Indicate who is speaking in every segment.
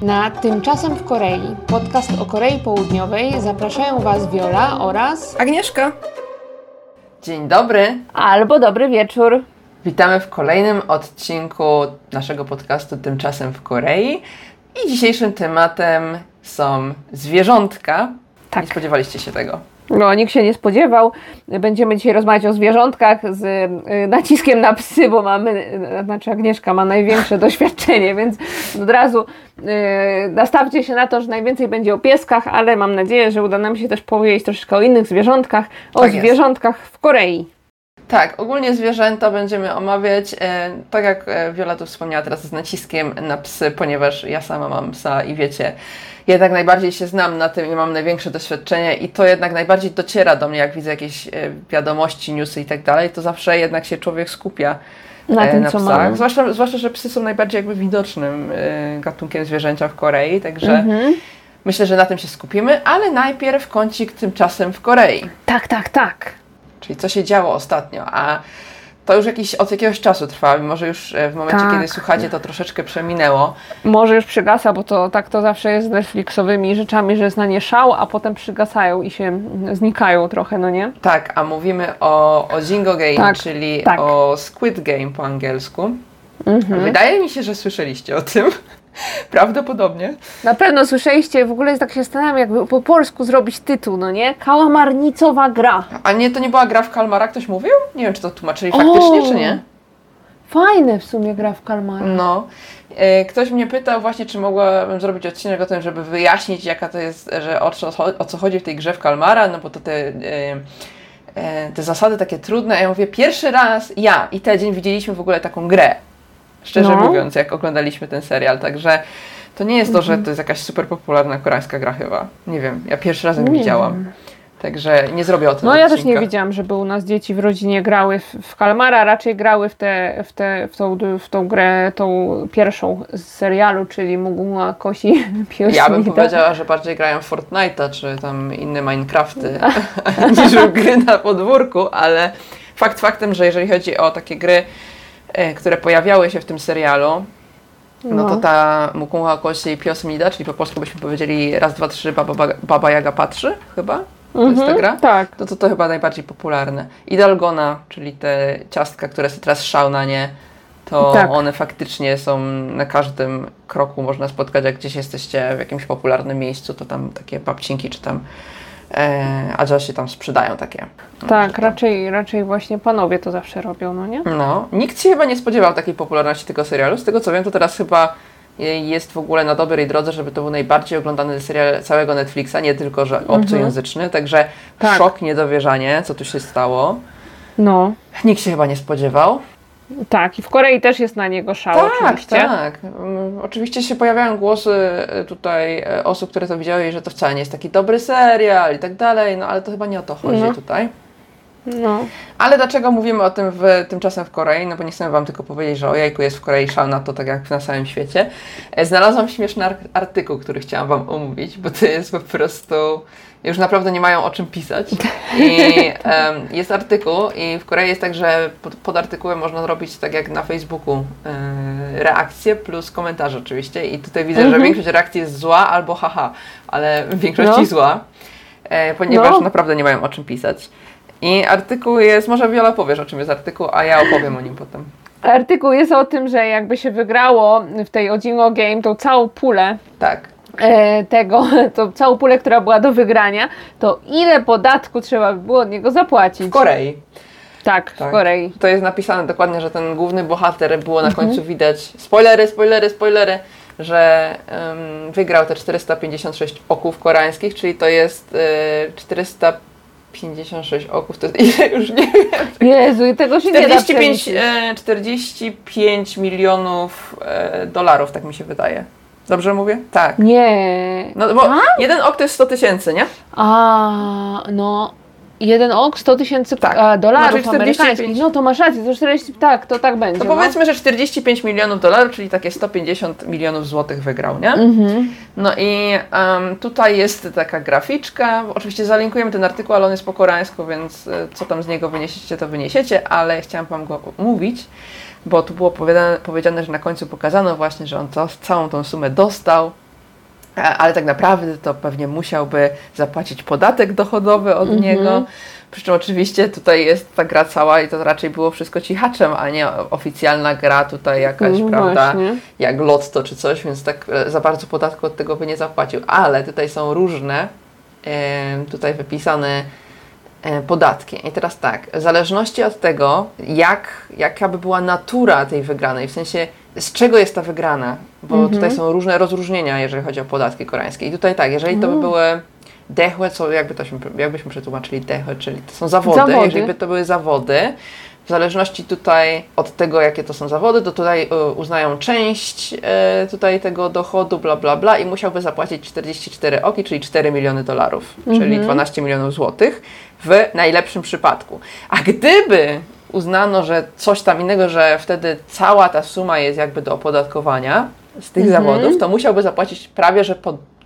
Speaker 1: Na Tymczasem w Korei, podcast o Korei Południowej, zapraszają Was Wiola oraz
Speaker 2: Agnieszka.
Speaker 3: Dzień dobry.
Speaker 1: Albo dobry wieczór.
Speaker 3: Witamy w kolejnym odcinku naszego podcastu Tymczasem w Korei. I dzisiejszym tematem są zwierzątka.
Speaker 1: Tak.
Speaker 3: Nie spodziewaliście się tego?
Speaker 1: No, nikt się nie spodziewał. Będziemy dzisiaj rozmawiać o zwierzątkach z naciskiem na psy, bo Agnieszka ma największe doświadczenie, więc od razu nastawcie się na to, że najwięcej będzie o pieskach, ale mam nadzieję, że uda nam się też powiedzieć troszeczkę o innych zwierzątkach, o zwierzątkach w Korei.
Speaker 3: Tak, ogólnie zwierzęta będziemy omawiać, tak jak Wiola tu wspomniała teraz, z naciskiem na psy, ponieważ ja sama mam psa i wiecie, jednak najbardziej się znam na tym i mam największe doświadczenie i to jednak najbardziej dociera do mnie, jak widzę jakieś wiadomości, newsy i tak dalej, to zawsze jednak się człowiek skupia
Speaker 1: na tym,
Speaker 3: na
Speaker 1: co
Speaker 3: psach.
Speaker 1: mamy.
Speaker 3: Zwłaszcza, że psy są najbardziej jakby widocznym gatunkiem zwierzęcia w Korei, także myślę, że na tym się skupimy, ale najpierw kącik Tymczasem w Korei.
Speaker 1: Tak.
Speaker 3: Czyli co się działo ostatnio, a to już od jakiegoś czasu trwa, może już w momencie, kiedy słuchacie, to troszeczkę przeminęło.
Speaker 1: Może już przygasa, bo to tak to zawsze jest z Netflixowymi rzeczami, że jest na nie szał, a potem przygasają i się znikają trochę, no nie?
Speaker 3: Tak, a mówimy o Zingo Game, czyli o Squid Game po angielsku. Wydaje mi się, że słyszeliście o tym. Prawdopodobnie.
Speaker 1: Na pewno słyszeliście, w ogóle tak się zastanawiam, jakby po polsku zrobić tytuł, no nie? Kałamarnicowa gra.
Speaker 3: A nie, to nie była gra w kalmara, ktoś mówił? Nie wiem, czy to tłumaczyli faktycznie, czy nie?
Speaker 1: Fajne w sumie gra w kalmara.
Speaker 3: No. Ktoś mnie pytał właśnie, czy mogłabym zrobić odcinek o tym, żeby wyjaśnić, jaka to jest, że o co chodzi w tej grze w kalmara, no bo to te zasady takie trudne. Ja mówię, pierwszy raz ja i Tedzień widzieliśmy w ogóle taką grę. Szczerze mówiąc, jak oglądaliśmy ten serial, także to nie jest to, że to jest jakaś super popularna koreańska gra chyba. Nie wiem, ja pierwszy raz ją widziałam. Także nie zrobię o tym
Speaker 1: odcinka. Ja też
Speaker 3: odcinka.
Speaker 1: nie wiedziałam, żeby u nas dzieci w rodzinie grały w kalmara, raczej grały w tą grę, tą pierwszą z serialu, czyli Muguła Kosi Piośni.
Speaker 3: Ja bym powiedziała, że bardziej grają w Fortnite'a, czy tam inne Minecrafty, niż w gry na podwórku, ale fakt faktem, że jeżeli chodzi o takie gry, które pojawiały się w tym serialu, no to ta Muguła Kosi Piośni, czyli po polsku byśmy powiedzieli raz, dwa, trzy, Baba Jaga patrzy chyba. To jest ta gra?
Speaker 1: Tak.
Speaker 3: To chyba najbardziej popularne. I Dalgona, czyli te ciastka, które są teraz szał na nie, to one faktycznie są na każdym kroku można spotkać, jak gdzieś jesteście w jakimś popularnym miejscu, to tam takie babcinki czy tam adżasi tam sprzedają takie.
Speaker 1: Tak, raczej właśnie panowie to zawsze robią, no nie?
Speaker 3: No, nikt się chyba nie spodziewał takiej popularności tego serialu. Z tego co wiem, to teraz chyba jest w ogóle na dobrej drodze, żeby to był najbardziej oglądany serial całego Netflixa, nie tylko, że obcojęzyczny, także szok, niedowierzanie, co tu się stało.
Speaker 1: No.
Speaker 3: Nikt się chyba nie spodziewał.
Speaker 1: Tak, i w Korei też jest na niego szał oczywiście.
Speaker 3: Tak. Oczywiście się pojawiają głosy tutaj osób, które to widziały i że to wcale nie jest taki dobry serial i tak dalej, no ale to chyba nie o to chodzi tutaj.
Speaker 1: No.
Speaker 3: Ale dlaczego mówimy o tym tymczasem w Korei? No bo nie chcemy Wam tylko powiedzieć, że ojejku, jest w Korei szał na to, tak jak na całym świecie. Znalazłam śmieszny artykuł, który chciałam Wam omówić, bo to jest po prostu... Już naprawdę nie mają o czym pisać. I jest artykuł i w Korei jest tak, że pod artykułem można zrobić tak jak na Facebooku reakcje plus komentarze oczywiście. I tutaj widzę, że większość reakcji jest zła albo haha, ale w większości zła, ponieważ naprawdę nie mają o czym pisać. I artykuł jest, może Wiola powiesz o czym jest artykuł, a ja opowiem o nim potem.
Speaker 1: Artykuł jest o tym, że jakby się wygrało w tej Ojingo Game tą całą pulę.
Speaker 3: Tak.
Speaker 1: Tą całą pulę, która była do wygrania, to ile podatku trzeba by było od niego zapłacić?
Speaker 3: W Korei.
Speaker 1: Tak, w Korei.
Speaker 3: To jest napisane dokładnie, że ten główny bohater, było na końcu widać, spoilery, że wygrał te 456 oków koreańskich, czyli to jest 456 oków, to jest ile już nie wiem.
Speaker 1: Jezu, i tego się nie da przeliczyć.
Speaker 3: 45 milionów dolarów, tak mi się wydaje. Dobrze mówię? Tak.
Speaker 1: Nie.
Speaker 3: No bo jeden ok to jest 100 000, nie?
Speaker 1: Jeden ok 100 000 dolarów amerykańskich. No to masz rację, to 40, to tak będzie.
Speaker 3: To powiedzmy, że 45 milionów dolarów, czyli takie 150 milionów złotych wygrał, nie? No i tutaj jest taka graficzka. Oczywiście zalinkujemy ten artykuł, ale on jest po koreańsku, więc co tam z niego wyniesiecie, to wyniesiecie, ale chciałam Wam go omówić, bo tu było powiedziane, że na końcu pokazano właśnie, że on całą tą sumę dostał ale tak naprawdę to pewnie musiałby zapłacić podatek dochodowy od niego. Przy czym oczywiście tutaj jest ta gra cała i to raczej było wszystko cichaczem, a nie oficjalna gra tutaj jakaś, prawda,
Speaker 1: właśnie.
Speaker 3: jak lotto czy coś, więc tak za bardzo podatku od tego by nie zapłacił. Ale tutaj są różne, tutaj wypisane podatki. I teraz tak, w zależności od tego, jaka by była natura tej wygranej, w sensie z czego jest ta wygrana, bo tutaj są różne rozróżnienia, jeżeli chodzi o podatki koreańskie. I tutaj tak, jeżeli to by były dehue, co jakbyśmy przetłumaczyli dehue, czyli to są zawody. Jeżeli by to były zawody, w zależności tutaj od tego, jakie to są zawody, to tutaj uznają część tutaj tego dochodu, bla, bla, bla i musiałby zapłacić 44 oki, czyli 4 miliony dolarów, czyli 12 milionów złotych w najlepszym przypadku. A gdyby uznano, że coś tam innego, że wtedy cała ta suma jest jakby do opodatkowania z tych zawodów, to musiałby zapłacić prawie, że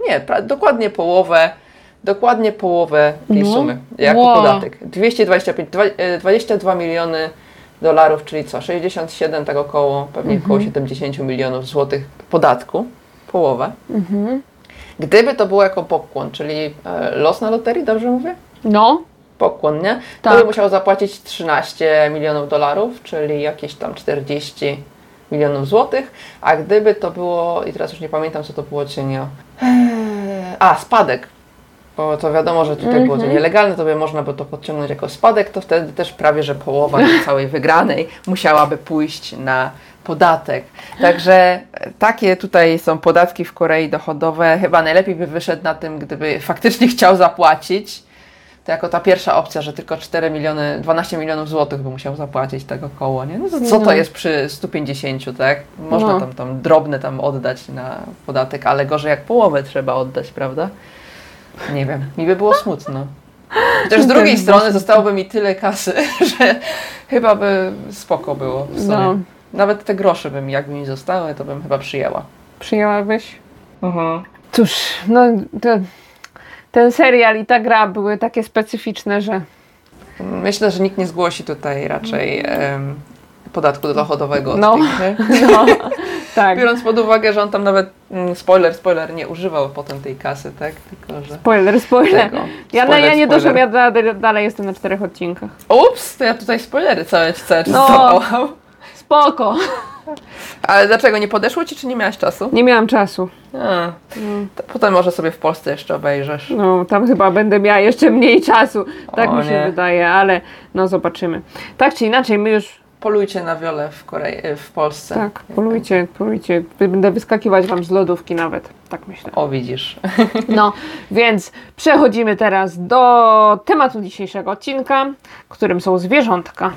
Speaker 3: dokładnie połowę tej sumy jako podatek. 22 miliony dolarów, czyli co? 67, tak około, pewnie około 70 milionów złotych podatku, połowę. Gdyby to było jako pokłon, czyli los na loterii, dobrze mówię?
Speaker 1: No.
Speaker 3: Pokłon, nie?
Speaker 1: Tak.
Speaker 3: To by musiał zapłacić 13 milionów dolarów, czyli jakieś tam 40 milionów złotych, a gdyby to było, i teraz już nie pamiętam, co to było cienio. Spadek. Bo to wiadomo, że tutaj było to nielegalne, to by można by to podciągnąć jako spadek, to wtedy też prawie, że połowa całej wygranej musiałaby pójść na podatek. Także takie tutaj są podatki w Korei dochodowe. Chyba najlepiej by wyszedł na tym, gdyby faktycznie chciał zapłacić, to jako ta pierwsza opcja, że tylko 12 milionów złotych by musiał zapłacić tak około, nie? No to co to jest przy 150, tak? Można tam drobne tam oddać na podatek, ale gorzej jak połowę trzeba oddać, prawda? Nie wiem, mi by było smutno. Chociaż z drugiej strony zostałoby mi tyle kasy, że chyba by spoko było w sumie.
Speaker 1: No.
Speaker 3: Nawet te grosze jakby mi zostały, to bym chyba przyjęła.
Speaker 1: Przyjęłabyś? Cóż, no ten serial i ta gra były takie specyficzne, że...
Speaker 3: Myślę, że nikt nie zgłosi tutaj raczej podatku dochodowego od tych,
Speaker 1: tak.
Speaker 3: Biorąc pod uwagę, że on tam nawet, spoiler, nie używał potem tej kasy, tak? Tylko, że
Speaker 1: Spoiler. Ja nie doszłam, ja dalej jestem na 4 odcinkach.
Speaker 3: Ups, to ja tutaj spoilery całe zawołam.
Speaker 1: Spoko.
Speaker 3: Ale dlaczego? Nie podeszło Ci, czy nie miałaś czasu?
Speaker 1: Nie miałam czasu.
Speaker 3: To potem może sobie w Polsce jeszcze obejrzysz.
Speaker 1: No, tam chyba będę miała jeszcze mniej czasu. Tak mi się wydaje, ale no zobaczymy. Tak czy inaczej, my już...
Speaker 3: Polujcie na wiole w Polsce.
Speaker 1: Tak, polujcie. Będę wyskakiwać Wam z lodówki nawet. Tak myślę.
Speaker 3: O, widzisz.
Speaker 1: No, więc przechodzimy teraz do tematu dzisiejszego odcinka, którym są zwierzątka.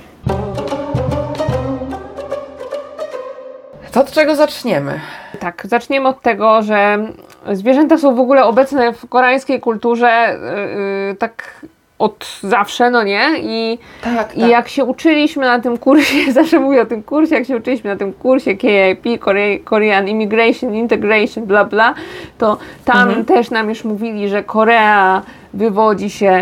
Speaker 3: To od czego zaczniemy?
Speaker 1: Tak, zaczniemy od tego, że zwierzęta są w ogóle obecne w koreańskiej kulturze tak od zawsze, no nie? I jak się uczyliśmy na tym kursie, zawsze mówię o tym kursie, jak się uczyliśmy na tym kursie KIP, Korean Immigration, Integration, bla bla, to tam też nam już mówili, że Korea wywodzi się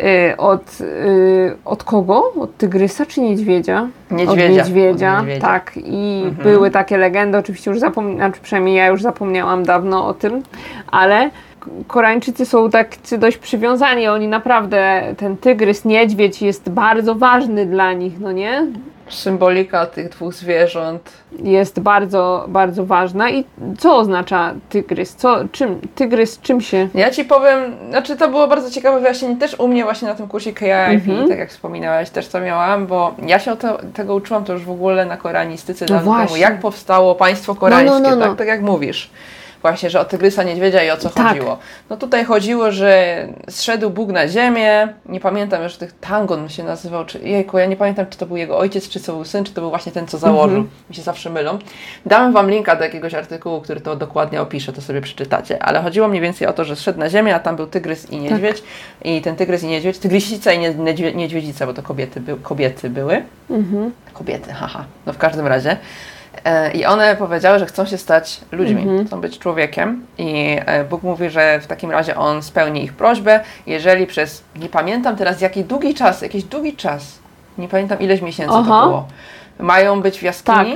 Speaker 1: od kogo? Od tygrysa czy niedźwiedzia? Od niedźwiedzia. Tak. I były takie legendy, oczywiście już przynajmniej ja już zapomniałam dawno o tym, ale Koreańczycy są tacy dość przywiązani, oni naprawdę, ten tygrys, niedźwiedź jest bardzo ważny dla nich, no nie?
Speaker 3: Symbolika tych dwóch zwierząt
Speaker 1: jest bardzo, bardzo ważna. I co oznacza tygrys? Czym się...
Speaker 3: Ja Ci powiem, znaczy to było bardzo ciekawe wyjaśnienie też u mnie właśnie na tym kursie KIP, tak jak wspominałaś, też to miałam, bo ja się tego uczyłam to już w ogóle na koreanistyce dawno temu, jak powstało państwo koreańskie, tak jak mówisz. Właśnie, że o tygrysa, niedźwiedzia i o co chodziło. No tutaj chodziło, że zszedł Bóg na ziemię, nie pamiętam już, Tangon się nazywał, ja nie pamiętam, czy to był jego ojciec, czy to był syn, czy to był właśnie ten, co założył. Mi się zawsze mylą. Dam Wam linka do jakiegoś artykułu, który to dokładnie opisze, to sobie przeczytacie. Ale chodziło mniej więcej o to, że zszedł na ziemię, a tam był tygrys i niedźwiedź. I ten tygrys i niedźwiedź, tygrysica i niedźwiedzica, bo to kobiety były. Kobiety, haha. No w każdym razie. I one powiedziały, że chcą się stać ludźmi, chcą być człowiekiem i Bóg mówi, że w takim razie On spełni ich prośbę, jeżeli przez, nie pamiętam teraz jakiś długi czas, nie pamiętam ileś miesięcy to było, mają być w jaskini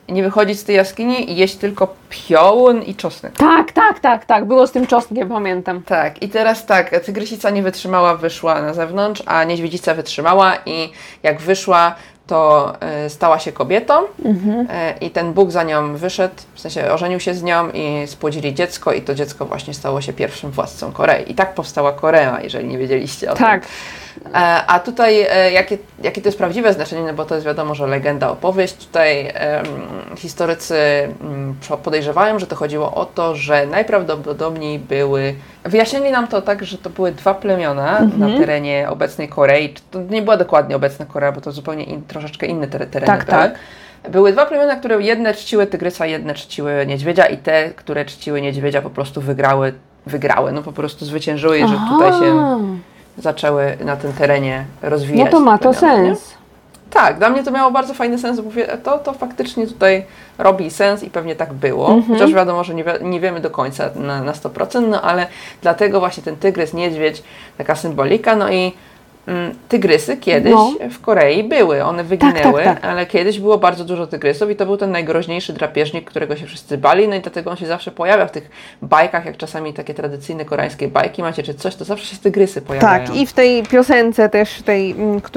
Speaker 3: nie wychodzić z tej jaskini i jeść tylko piołun i czosnek.
Speaker 1: Tak, było z tym czosnkiem, pamiętam.
Speaker 3: Tak, i teraz tak, tygrysica nie wytrzymała, wyszła na zewnątrz, a niedźwiedzica wytrzymała i jak wyszła, to stała się kobietą i ten Bóg za nią wyszedł, w sensie ożenił się z nią i spłodzili dziecko i to dziecko właśnie stało się pierwszym władcą Korei. I tak powstała Korea, jeżeli nie wiedzieliście o tym. A tutaj jakie to jest prawdziwe znaczenie, no bo to jest wiadomo, że legenda, opowieść. Tutaj historycy podejrzewają, że to chodziło o to, że najprawdopodobniej wyjaśnili nam to tak, że to były dwa plemiona na terenie obecnej Korei. To nie była dokładnie obecna Korea, bo to zupełnie troszeczkę inne tereny były.
Speaker 1: Tak.
Speaker 3: Były dwa plemiona, które jedne czciły tygrysa, jedne czciły niedźwiedzia i te, które czciły niedźwiedzia po prostu wygrały. No po prostu zwyciężyły, że tutaj się zaczęły na tym terenie rozwijać.
Speaker 1: No to ma to sens.
Speaker 3: Tak, dla mnie to miało bardzo fajny sens, bo to faktycznie tutaj robi sens i pewnie tak było. Chociaż wiadomo, że nie wiemy do końca na 100%, no ale dlatego właśnie ten tygrys, niedźwiedź, taka symbolika, no i tygrysy kiedyś w Korei były, one wyginęły, ale kiedyś było bardzo dużo tygrysów i to był ten najgroźniejszy drapieżnik, którego się wszyscy bali, no i dlatego on się zawsze pojawia w tych bajkach, jak czasami takie tradycyjne koreańskie bajki macie, czy coś, to zawsze się tygrysy pojawiają.
Speaker 1: Tak, i w tej piosence też, tej,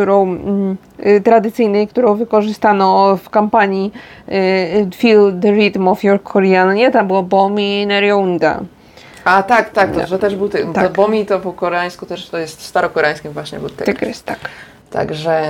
Speaker 1: tradycyjnej, którą wykorzystano w kampanii Feel the Rhythm of Your Korean, nie? Tam było Bomi Neryunda.
Speaker 3: A tak, to, że też był Bomi to po koreańsku też, to jest starokoreańskim właśnie był tygrys.
Speaker 1: Tygrys, tak.
Speaker 3: Także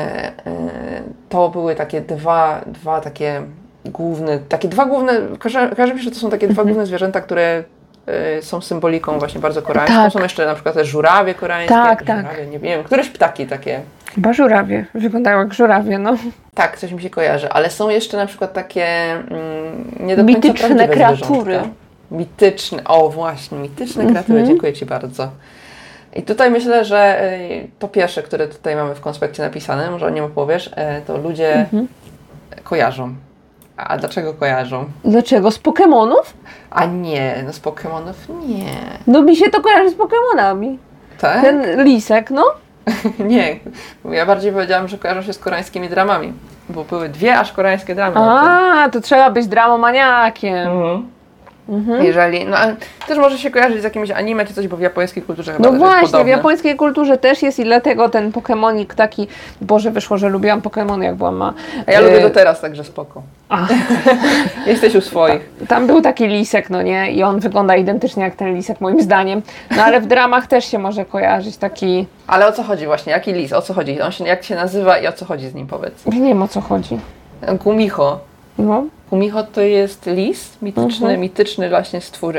Speaker 3: to były takie dwa takie główne, kojarzy mi, że to są takie dwa główne zwierzęta, które są symboliką właśnie bardzo koreańską.
Speaker 1: Tak.
Speaker 3: Są jeszcze na przykład też żurawie koreańskie.
Speaker 1: Tak.
Speaker 3: Żurawie, nie wiem, któreś ptaki takie.
Speaker 1: Chyba żurawie, wyglądają jak żurawie, no.
Speaker 3: Tak, coś mi się kojarzy, ale są jeszcze na przykład takie nie do końca
Speaker 1: mityczne kreatury.
Speaker 3: Mityczne kreatury, dziękuję Ci bardzo. I tutaj myślę, że to pierwsze, które tutaj mamy w konspekcie napisane, może o nim opowiesz, to ludzie kojarzą. A dlaczego kojarzą?
Speaker 1: Dlaczego? Z Pokemonów?
Speaker 3: A nie, no z Pokemonów nie.
Speaker 1: No mi się to kojarzy z Pokemonami.
Speaker 3: Tak?
Speaker 1: Ten lisek, no.
Speaker 3: Nie, ja bardziej powiedziałam, że kojarzą się z koreańskimi dramami, bo były dwie aż koreańskie dramy.
Speaker 1: To trzeba być dramomaniakiem.
Speaker 3: Jeżeli, no ale też może się kojarzyć z jakimś anime czy coś, bo w japońskiej kulturze chyba
Speaker 1: No
Speaker 3: też
Speaker 1: właśnie,
Speaker 3: jest podobne.
Speaker 1: w japońskiej kulturze też jest i dlatego ten Pokemonik taki, Boże, wyszło, że lubiłam Pokemony, jak byłam ma.
Speaker 3: A ja lubię do teraz, także spoko. Jesteś u swoich.
Speaker 1: Tam był taki lisek, no nie? I on wygląda identycznie jak ten lisek, moim zdaniem. No ale w dramach też się może kojarzyć taki...
Speaker 3: Ale o co chodzi właśnie? Jaki lis? O co chodzi? Jak się nazywa i o co chodzi z nim, powiedz?
Speaker 1: Nie wiem, o co chodzi.
Speaker 3: Kumiho.
Speaker 1: No.
Speaker 3: Kumiho to jest lis mityczny właśnie stwór,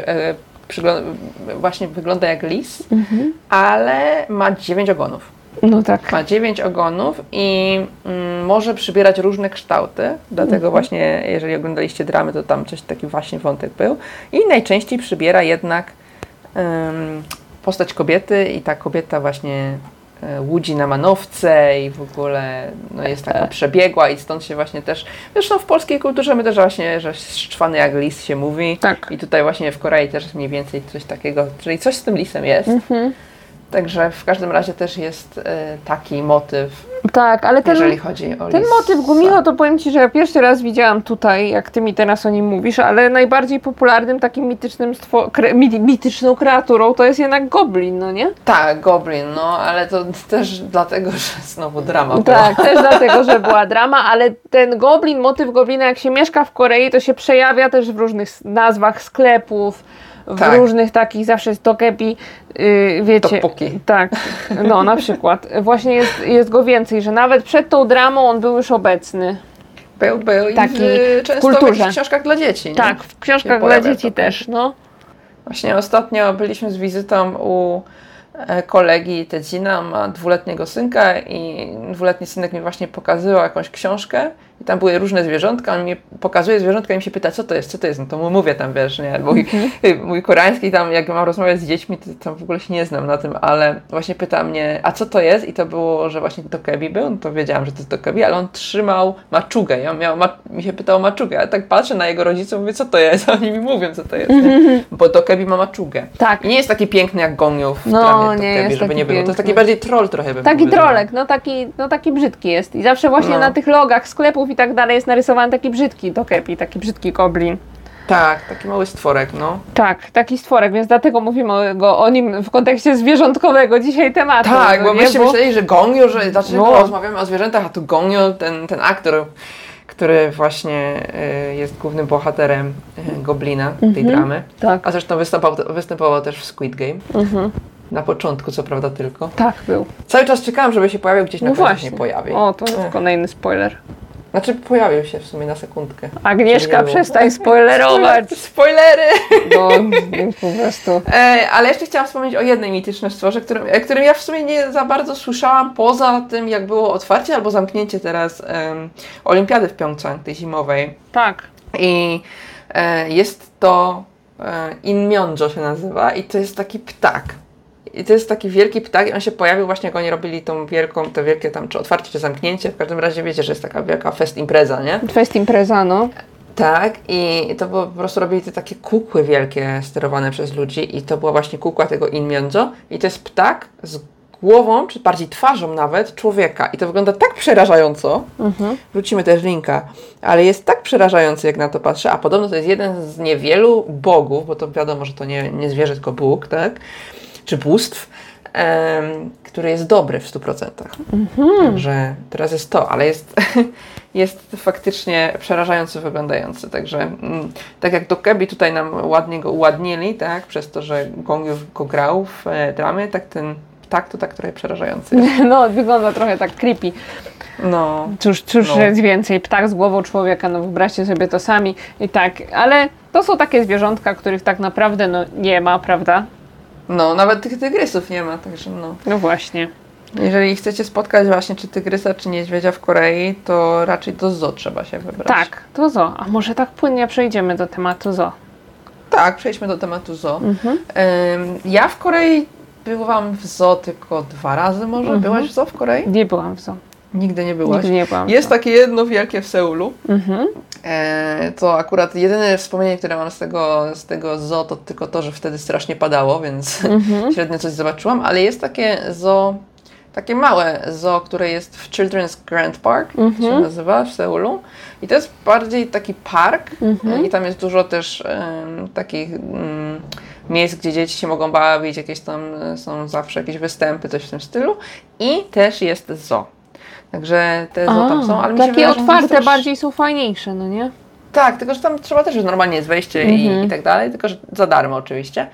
Speaker 3: właśnie wygląda jak lis, ale ma 9 ogonów.
Speaker 1: No tak.
Speaker 3: Ma 9 ogonów i może przybierać różne kształty, dlatego właśnie, jeżeli oglądaliście dramy, to tam coś taki właśnie wątek był. I najczęściej przybiera jednak postać kobiety i ta kobieta właśnie łudzi na manowce i w ogóle no, jest taka przebiegła i stąd się właśnie też, zresztą w polskiej kulturze my też właśnie, że szczwany jak lis się mówi i tutaj właśnie w Korei też jest mniej więcej coś takiego, czyli coś z tym lisem jest. Także w każdym razie też jest taki motyw,
Speaker 1: tak, ale
Speaker 3: jeżeli chodzi o
Speaker 1: ten
Speaker 3: lisa.
Speaker 1: motyw Gumiho, to powiem Ci, że ja pierwszy raz widziałam tutaj, jak Ty mi teraz o nim mówisz, ale najbardziej popularnym takim mityczną kreaturą to jest jednak goblin, no nie?
Speaker 3: Tak, goblin, no ale to też dlatego, że znowu drama była.
Speaker 1: Tak, też dlatego, że była drama, ale ten goblin, motyw goblina, jak się mieszka w Korei, to się przejawia też w różnych nazwach sklepów, w różnych takich, zawsze jest tokebi, wiecie.
Speaker 3: Tteokbokki.
Speaker 1: Tak, no na przykład. Właśnie jest go więcej, że nawet przed tą dramą on był już obecny.
Speaker 3: Był i
Speaker 1: taki
Speaker 3: często w jakichś książkach dla dzieci. Nie?
Speaker 1: Tak, w książkach dla dzieci też, no.
Speaker 3: Właśnie ostatnio byliśmy z wizytą u kolegi Tedzina, ma 2-letniego synka i 2-letni synek mi właśnie pokazywał jakąś książkę i tam były różne zwierzątka, on mi pokazuje zwierzątka i mi się pyta, co to jest, no to mu mówię tam, wiesz, nie, mój koreański tam, jak mam rozmawiać z dziećmi, to tam w ogóle się nie znam na tym, ale właśnie pyta mnie, a co to jest? I to było, że właśnie tokebi był, no to wiedziałam, że to jest tokebi, ale on trzymał maczugę, mi się pytał o maczugę, ja tak patrzę na jego rodziców, mówię, co to jest? A oni mi mówią, co to jest, nie? Bo tokebi ma maczugę. Tak. I nie jest taki piękny jak Gongniu w dramie tokebi, żeby nie było. To jest taki bardziej troll trochę bym
Speaker 1: Taki
Speaker 3: powiedziała.
Speaker 1: trolek, no taki brzydki jest i zawsze właśnie na tych logach sklepów i tak dalej jest narysowany taki brzydki Dokepi, taki brzydki goblin.
Speaker 3: Tak, taki mały stworek, no.
Speaker 1: Tak, taki stworek, więc dlatego mówimy o nim w kontekście zwierzątkowego dzisiaj tematu.
Speaker 3: Tak, bo byście myśleli, że Gongyo, że dlaczego
Speaker 1: No.
Speaker 3: rozmawiamy o zwierzętach, a tu Gongyo, ten aktor, który właśnie jest głównym bohaterem Goblina, tej dramy.
Speaker 1: Tak.
Speaker 3: A zresztą występował też w Squid Game. Na początku, co prawda tylko.
Speaker 1: Tak, był.
Speaker 3: Cały czas czekałam, żeby się pojawił, gdzieś na
Speaker 1: No
Speaker 3: końcu
Speaker 1: właśnie.
Speaker 3: nie pojawił.
Speaker 1: O, to jest kolejny spoiler.
Speaker 3: Znaczy pojawił się w sumie na sekundkę.
Speaker 1: Agnieszka, przestań spoilerować.
Speaker 3: Spoilery!
Speaker 1: No, po prostu.
Speaker 3: Ale jeszcze chciałam wspomnieć o jednej mitycznym stworze, którym ja w sumie nie za bardzo słyszałam, poza tym jak było otwarcie albo zamknięcie teraz Olimpiady w Pjongczang, tej zimowej.
Speaker 1: Tak.
Speaker 3: I jest to Inmyeonjo się nazywa i to jest taki ptak. I to jest taki wielki ptak i on się pojawił właśnie jak oni robili tą wielką, te wielkie tam, czy otwarcie, czy zamknięcie. W każdym razie wiecie, że jest taka wielka fest impreza, nie?
Speaker 1: Fest impreza, no.
Speaker 3: Tak, i to było, po prostu robili te takie kukły wielkie sterowane przez ludzi i to była właśnie kukła tego Inmyeonjo i to jest ptak z głową, czy bardziej twarzą nawet, człowieka i to wygląda tak przerażająco, wrócimy też linka, ale jest tak przerażający jak na to patrzę, a podobno to jest jeden z niewielu bogów, bo to wiadomo, że to nie zwierzę, tylko Bóg, tak, czy bóstw, który jest dobry w 100%. Także teraz jest to, ale jest faktycznie przerażająco wyglądający. Także tak jak Dokebi tutaj nam ładnie go uładnili, tak, przez to, że Gongyo go grał w dramie, tak ten ptak to tak trochę przerażający jest.
Speaker 1: No, wygląda trochę tak creepy.
Speaker 3: No.
Speaker 1: Cóż jest więcej, ptak z głową człowieka, no wyobraźcie sobie to sami i tak, ale to są takie zwierzątka, których tak naprawdę no, nie ma, prawda?
Speaker 3: No, nawet tych tygrysów nie ma, także no.
Speaker 1: No właśnie.
Speaker 3: Jeżeli chcecie spotkać właśnie czy tygrysa, czy niedźwiedzia w Korei, to raczej do zoo trzeba się wybrać.
Speaker 1: Tak, to zoo. A może tak płynnie przejdziemy do tematu zoo?
Speaker 3: Tak, przejdźmy do tematu zoo. Ja w Korei byłam w zoo tylko 2 razy może. Byłaś w zoo w Korei?
Speaker 1: Nie byłam w zoo.
Speaker 3: Nigdy nie byłaś?
Speaker 1: Nigdy nie byłam.
Speaker 3: Jest takie jedno wielkie w Seulu. To akurat jedyne wspomnienie, które mam z tego zoo, to tylko to, że wtedy strasznie padało, więc średnio coś zobaczyłam, ale jest takie zoo, takie małe zoo, które jest w Children's Grand Park, się nazywa, w Seulu. I to jest bardziej taki park i tam jest dużo też takich miejsc, gdzie dzieci się mogą bawić, jakieś tam są zawsze jakieś występy, coś w tym stylu. I też jest zoo. Także te zoo tam są, ale mi się
Speaker 1: takie
Speaker 3: wydaje, że
Speaker 1: otwarte
Speaker 3: też...
Speaker 1: bardziej są fajniejsze, no nie?
Speaker 3: Tak, tylko że tam trzeba też, że normalnie jest wejście i tak dalej, tylko że za darmo oczywiście.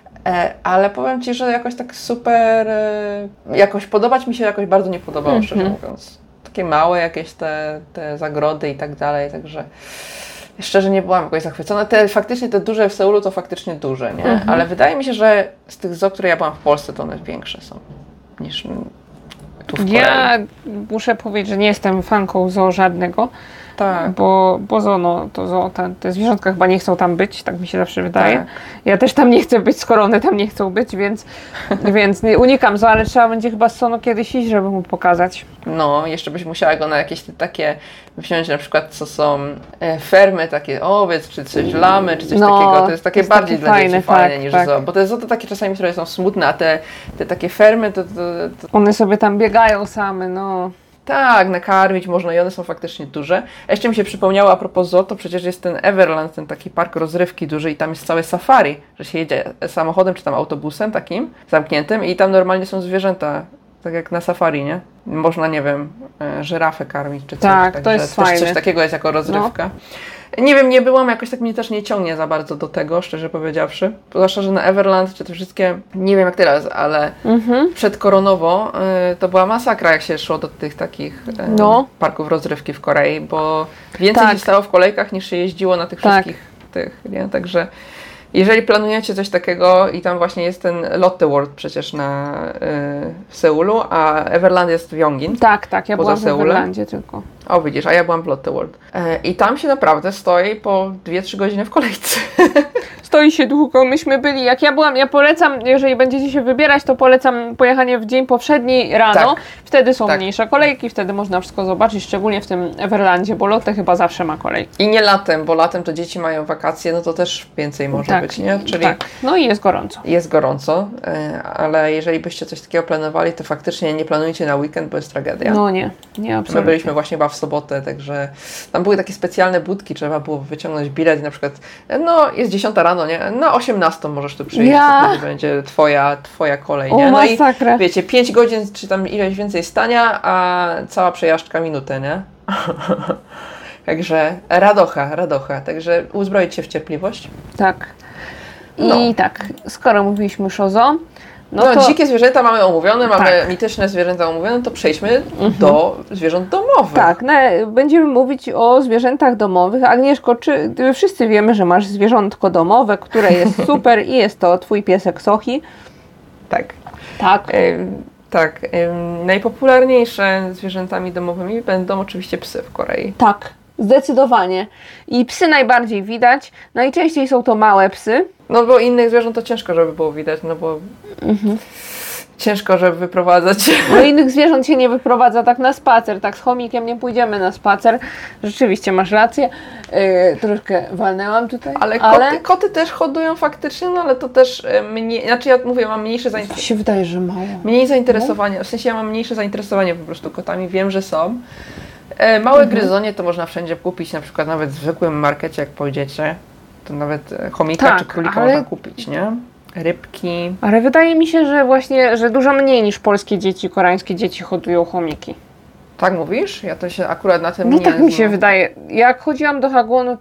Speaker 3: Ale powiem Ci, że jakoś tak super, jakoś podobać mi się jakoś bardzo nie podobało, szczerze mówiąc. Takie małe jakieś te zagrody i tak dalej, także szczerze nie byłam jakoś zachwycona. Faktycznie te duże w Seulu to faktycznie duże, nie? Ale wydaje mi się, że z tych zoo, które ja byłam w Polsce, to one większe są niż tu w Korei.
Speaker 1: Ja muszę powiedzieć, że nie jestem fanką zoo żadnego.
Speaker 3: Tak.
Speaker 1: Bo zoo, no, to zoo, te zwierzątka chyba nie chcą tam być, tak mi się zawsze wydaje.
Speaker 3: Tak.
Speaker 1: Ja też tam nie chcę być, skoro one tam nie chcą być, więc nie unikam zoo, ale trzeba będzie chyba z Sono kiedyś iść, żeby mu pokazać.
Speaker 3: No, jeszcze byś musiała go na jakieś takie wziąć, na przykład co są fermy, takie owiec, czy coś lamy, czy coś takiego. To jest takie bardziej
Speaker 1: takie
Speaker 3: dla
Speaker 1: fajne,
Speaker 3: dzieci fajne
Speaker 1: tak,
Speaker 3: niż
Speaker 1: tak.
Speaker 3: zoo. Bo te zoo to takie czasami, które są smutne, a te takie fermy to...
Speaker 1: One sobie tam biegają same, no.
Speaker 3: Tak, nakarmić można i one są faktycznie duże. A jeszcze mi się przypomniało a propos zoo, to przecież jest ten Everland, ten taki park rozrywki duży i tam jest całe safari, że się jedzie samochodem czy tam autobusem takim zamkniętym i tam normalnie są zwierzęta, tak jak na safari, nie? Można, nie wiem, żyrafę karmić czy coś.
Speaker 1: Tak, to jest fajne.
Speaker 3: Coś takiego jest jako rozrywka. No. Nie wiem, nie byłam, jakoś tak mnie też nie ciągnie za bardzo do tego, szczerze powiedziawszy. Zwłaszcza, że na Everland, czy te wszystkie, nie wiem jak teraz, ale przedkoronowo to była masakra, jak się szło do tych takich parków rozrywki w Korei, bo więcej się stało w kolejkach, niż się jeździło na tych wszystkich tych, nie? Także jeżeli planujecie coś takiego i tam właśnie jest ten Lotte World przecież w Seulu, a Everland jest w Yongin.
Speaker 1: Tak, ja byłam w Everlandzie tylko.
Speaker 3: O, widzisz, a ja byłam w Lotte World. I tam się naprawdę stoi po 2-3 godziny w kolejce.
Speaker 1: Stoi się długo, myśmy byli, jak ja byłam, ja polecam, jeżeli będziecie się wybierać, to polecam pojechanie w dzień powszedni rano, wtedy są mniejsze kolejki, wtedy można wszystko zobaczyć, szczególnie w tym Everlandzie, bo Lotte chyba zawsze ma kolejki.
Speaker 3: I nie latem, bo latem to dzieci mają wakacje, no to też więcej może być, nie? Czyli
Speaker 1: no i jest gorąco.
Speaker 3: Jest gorąco, ale jeżeli byście coś takiego planowali, to faktycznie nie planujcie na weekend, bo jest tragedia.
Speaker 1: No nie, absolutnie.
Speaker 3: My byliśmy właśnie chyba w sobotę, także tam były takie specjalne budki, trzeba było wyciągnąć bilet i na przykład, no jest 10 rano, nie? Na 18 możesz tu przyjść, to wtedy będzie twoja kolej, nie? No i wiecie, 5 godzin czy tam ileś więcej stania, a cała przejażdżka minutę, nie? Także radocha, także uzbroić się w cierpliwość.
Speaker 1: Tak. I tak, skoro mówiliśmy już o zoo,
Speaker 3: no to dzikie zwierzęta mamy omówione, mamy mityczne zwierzęta omówione, to przejdźmy do zwierząt domowych.
Speaker 1: Tak, będziemy mówić o zwierzętach domowych. Agnieszko, czy wszyscy wiemy, że masz zwierzątko domowe, które jest super i jest to twój piesek Sochi?
Speaker 3: Tak.
Speaker 1: Tak.
Speaker 3: Tak. Najpopularniejsze zwierzętami domowymi będą oczywiście psy w Korei.
Speaker 1: Tak, zdecydowanie. I psy najbardziej widać. Najczęściej są to małe psy.
Speaker 3: No bo innych zwierząt to ciężko, żeby było widać, no bo ciężko, żeby wyprowadzać.
Speaker 1: No innych zwierząt się nie wyprowadza tak na spacer, tak z chomikiem nie pójdziemy na spacer. Rzeczywiście masz rację. Troszkę walnęłam tutaj.
Speaker 3: Ale koty też hodują faktycznie, no ale to też mniej, znaczy ja mówię, mam mniejsze zainteresowanie.
Speaker 1: Się wydaje, że mało.
Speaker 3: Mniej zainteresowania, w sensie ja mam mniejsze zainteresowanie po prostu kotami, wiem, że są. Małe gryzonie to można wszędzie kupić, na przykład nawet w zwykłym markecie, jak pójdziecie. To nawet chomika czy królika można kupić, nie? Rybki.
Speaker 1: Ale wydaje mi się, że właśnie, że dużo mniej niż polskie dzieci, koreańskie dzieci hodują chomiki.
Speaker 3: Tak mówisz? Ja to się akurat na tym
Speaker 1: nie tak mi się wydaje. Jak chodziłam do Hagłonu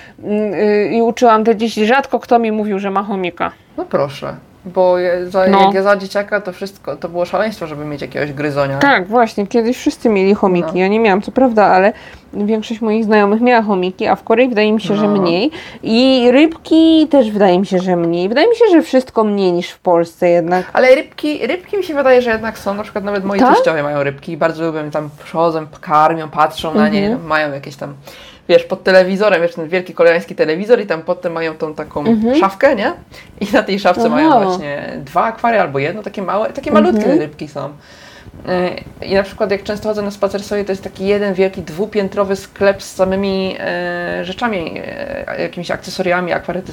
Speaker 1: i uczyłam te dzieci, rzadko kto mi mówił, że ma chomika.
Speaker 3: No proszę. Bo jak ja za dzieciaka to wszystko, to było szaleństwo, żeby mieć jakiegoś gryzonia.
Speaker 1: Tak, właśnie, kiedyś wszyscy mieli chomiki. Ja nie miałam, co prawda, ale większość moich znajomych miała chomiki, a w Korei wydaje mi się, że mniej. I rybki też wydaje mi się, że mniej. Wydaje mi się, że wszystko mniej niż w Polsce jednak.
Speaker 3: Ale rybki mi się wydaje, że jednak są. Na przykład nawet moi teściowie mają rybki i bardzo lubią, tam przychodzą, karmią, patrzą na nie, mają jakieś tam, wiesz, pod telewizorem, wiesz, ten wielki koreański telewizor i tam potem mają tą taką szafkę, nie? I na tej szafce mają właśnie 2 akwaria albo jedno, takie małe, takie malutkie rybki są. I na przykład jak często chodzę na spacer sobie, to jest taki jeden wielki 2-piętrowy sklep z samymi rzeczami, jakimiś akcesoriami,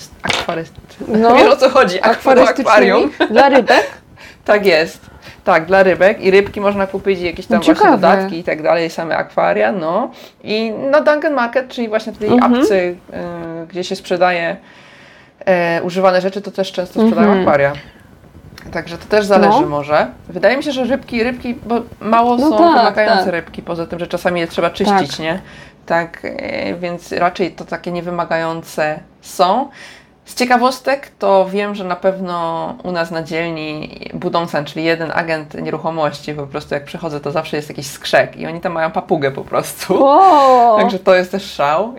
Speaker 3: wiesz o co chodzi, akwarium.
Speaker 1: Dla rybek?
Speaker 3: Tak jest. Tak, dla rybek i rybki można kupić i jakieś tam właśnie dodatki i tak dalej, same akwaria, no. I na Dunkin Market, czyli właśnie tej apce, gdzie się sprzedaje używane rzeczy, to też często sprzedają akwaria. Także to też zależy może. Wydaje mi się, że rybki, bo mało są wymagające rybki, poza tym, że czasami je trzeba czyścić, nie? Tak, więc raczej to takie niewymagające są. Z ciekawostek to wiem, że na pewno u nas na dzielni Budongsan, czyli jeden agent nieruchomości, po prostu jak przychodzę, to zawsze jest jakiś skrzek i oni tam mają papugę po prostu. Także to jest też szał.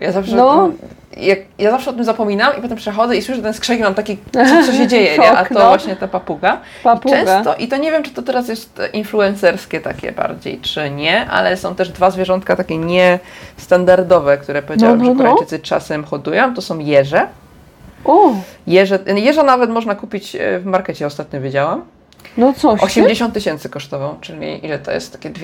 Speaker 3: Ja zawsze o tym zapominam i potem przechodzę i słyszę ten skrzek i mam taki, co się dzieje, nie? A to właśnie ta papuga. Często, i to nie wiem, czy to teraz jest influencerskie takie bardziej, czy nie, ale są też 2 zwierzątka takie niestandardowe, które powiedziałem, że Koreańczycy czasem hodują, to są jeże. Jeża nawet można kupić w markecie, ostatnio wiedziałam.
Speaker 1: No coś.
Speaker 3: 80 000 kosztował, czyli ile to jest? Takie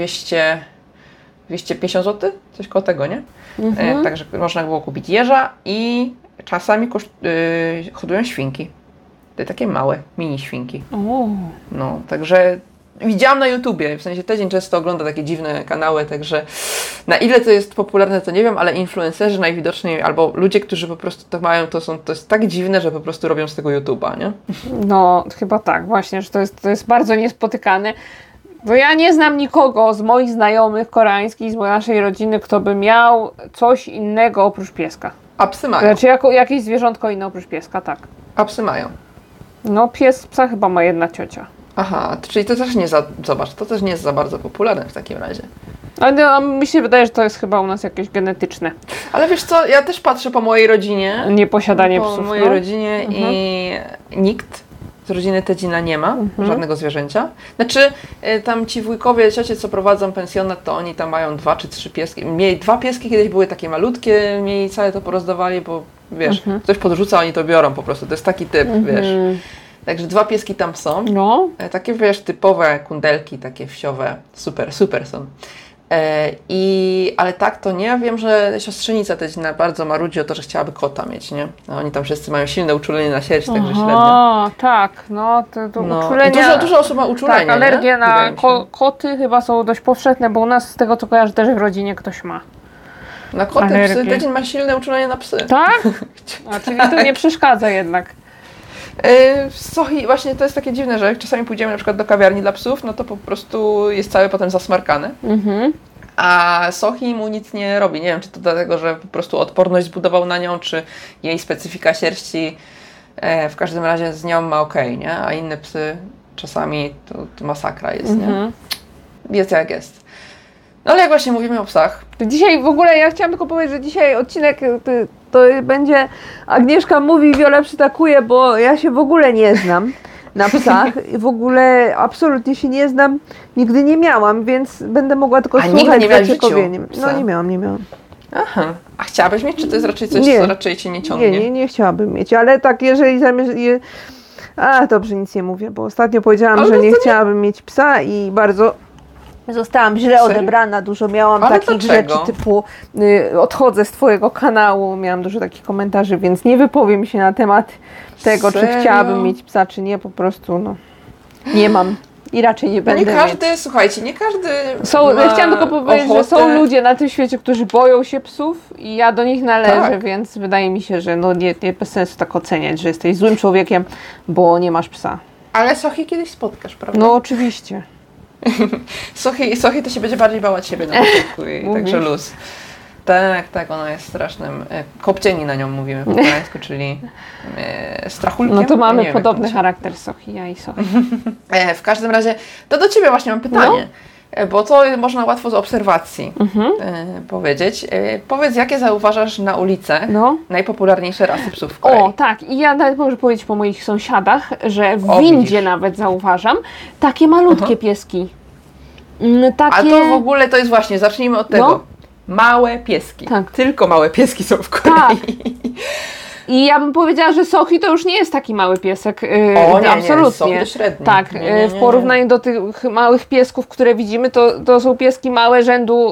Speaker 3: 250 zł? Coś koło tego, nie? Także można było kupić jeża i czasami hodują świnki. Te takie małe, mini świnki. No, także widziałam na YouTubie, w sensie Tedzin często ogląda takie dziwne kanały, także na ile to jest popularne, to nie wiem, ale influencerzy najwidoczniej, albo ludzie, którzy po prostu to mają, to jest tak dziwne, że po prostu robią z tego YouTube'a, nie?
Speaker 1: No, chyba tak, właśnie, że to jest bardzo niespotykane. Bo ja nie znam nikogo z moich znajomych koreańskich, z naszej rodziny, kto by miał coś innego oprócz pieska.
Speaker 3: A psy mają.
Speaker 1: Znaczy jakieś zwierzątko inne oprócz pieska, tak.
Speaker 3: A psy mają.
Speaker 1: No, psa chyba ma jedna ciocia.
Speaker 3: Aha, czyli to też zobacz, to też nie jest za bardzo popularne w takim razie.
Speaker 1: Ale mi się wydaje, że to jest chyba u nas jakieś genetyczne.
Speaker 3: Ale wiesz co, ja też patrzę po mojej rodzinie.
Speaker 1: Nieposiadanie psów.
Speaker 3: Po mojej rodzinie i nikt z rodziny Tedzina nie ma żadnego zwierzęcia. Znaczy, tam ci wujkowie, ciocie, co prowadzą pensjonat, to oni tam mają 2 czy 3 pieski. Mieli 2 pieski, kiedyś były takie malutkie, mieli całe to porozdawali, bo wiesz, ktoś podrzuca, oni to biorą po prostu. To jest taki typ, wiesz. Także 2 pieski tam są.
Speaker 1: No.
Speaker 3: Takie, wiesz, typowe kundelki, takie wsiowe. Super są. Ale tak to nie. Wiem, że siostrzenica Tedzina bardzo marudzi o to, że chciałaby kota mieć, nie? No, oni tam wszyscy mają silne uczulenie na sierść, także średnio.
Speaker 1: Tak, no to uczulenia.
Speaker 3: Dużo osób ma uczulenie.
Speaker 1: Tak, alergie na koty chyba są dość powszechne, bo u nas z tego co kojarzę też w rodzinie ktoś ma.
Speaker 3: Na koty,
Speaker 1: Alergie.
Speaker 3: psy, tydzień ma silne uczulenie na psy.
Speaker 1: Tak? A czyli to nie przeszkadza jednak.
Speaker 3: Sochi, właśnie to jest takie dziwne, że jak czasami pójdziemy na przykład do kawiarni dla psów, no to po prostu jest cały potem zasmarkany. A Sochi mu nic nie robi. Nie wiem, czy to dlatego, że po prostu odporność zbudował na nią, czy jej specyfika sierści w każdym razie z nią ma okej, nie? A inne psy czasami to masakra jest, nie? Jest jak jest. No ale jak właśnie mówimy o psach.
Speaker 1: Dzisiaj w ogóle ja chciałam tylko powiedzieć, że dzisiaj odcinek to będzie Agnieszka mówi, Wiola przytakuje, bo ja się w ogóle nie znam na psach. W ogóle absolutnie się nie znam. Nigdy nie miałam, więc będę mogła tylko słuchać.
Speaker 3: Nigdy nie miałaś w
Speaker 1: zaciekowieniem.
Speaker 3: życiu
Speaker 1: No
Speaker 3: psa?
Speaker 1: nie miałam.
Speaker 3: Aha. A chciałabyś mieć, czy to jest raczej coś,
Speaker 1: Nie.
Speaker 3: co raczej cię nie ciągnie?
Speaker 1: Nie chciałabym mieć, ale tak jeżeli dobrze, nic nie mówię, bo ostatnio powiedziałam,
Speaker 3: Ale
Speaker 1: że
Speaker 3: to
Speaker 1: nie
Speaker 3: nie-
Speaker 1: chciałabym mieć psa i bardzo zostałam źle
Speaker 3: Serio?
Speaker 1: odebrana, dużo miałam
Speaker 3: Ale
Speaker 1: takich
Speaker 3: dlaczego?
Speaker 1: rzeczy typu odchodzę z twojego kanału, miałam dużo takich komentarzy, więc nie wypowiem się na temat tego, czy
Speaker 3: Serio?
Speaker 1: chciałabym mieć psa, czy nie, po prostu nie mam i raczej nie
Speaker 3: No
Speaker 1: będę
Speaker 3: nie
Speaker 1: mieć.
Speaker 3: każdy, słuchajcie, nie każdy
Speaker 1: Ja chciałam tylko powiedzieć, że są
Speaker 3: ochotę.
Speaker 1: ludzie na tym świecie, którzy boją się psów i ja do nich należę,
Speaker 3: Tak.
Speaker 1: więc wydaje mi się, że nie bez sensu tak oceniać, że jesteś złym człowiekiem, bo nie masz psa.
Speaker 3: Ale Sochi kiedyś spotkasz, prawda?
Speaker 1: No oczywiście.
Speaker 3: Sochi to się będzie bardziej bała ciebie na początku i
Speaker 1: Mówisz?
Speaker 3: także luz. Tak, ona jest strasznym. Kopcieni na nią mówimy po koreańsku, czyli strachulkiem.
Speaker 1: No to
Speaker 3: Ja
Speaker 1: mamy
Speaker 3: nie wiem, jak to
Speaker 1: podobny
Speaker 3: się-
Speaker 1: charakter Sochi, ja i Sochi.
Speaker 3: W każdym razie, to do ciebie właśnie mam pytanie. Bo to można łatwo z obserwacji powiedzieć. Powiedz, jakie zauważasz na ulicach
Speaker 1: No.
Speaker 3: najpopularniejsze rasy psów w Korei?
Speaker 1: O, tak. I ja nawet mogę powiedzieć po moich sąsiadach, że w
Speaker 3: O,
Speaker 1: windzie
Speaker 3: widzisz.
Speaker 1: nawet zauważam takie malutkie pieski. Takie...
Speaker 3: A to w ogóle to jest właśnie, zacznijmy od tego.
Speaker 1: No.
Speaker 3: Małe pieski.
Speaker 1: Tak.
Speaker 3: Tylko małe pieski są w Korei.
Speaker 1: Tak. I ja bym powiedziała, że Sochi to już nie jest taki mały piesek. Absolutnie.
Speaker 3: Sochi to średni.
Speaker 1: Tak,
Speaker 3: Nie.
Speaker 1: w porównaniu do tych małych piesków, które widzimy, to są pieski małe rzędu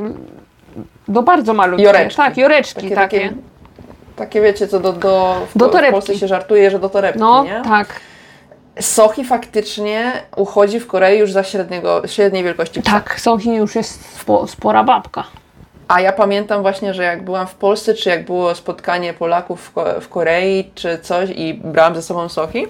Speaker 1: bardzo malutkie.
Speaker 3: Joreczki.
Speaker 1: Tak, joreczki takie.
Speaker 3: Takie wiecie, co w
Speaker 1: torebki.
Speaker 3: Polsce się żartuje, że do torebki,
Speaker 1: No,
Speaker 3: nie?
Speaker 1: tak.
Speaker 3: Sochi faktycznie uchodzi w Korei już za średniej wielkości psa.
Speaker 1: Tak, Sochi już jest spora babka.
Speaker 3: A ja pamiętam właśnie, że jak byłam w Polsce, czy jak było spotkanie Polaków w Korei, czy coś i brałam ze sobą Sochi,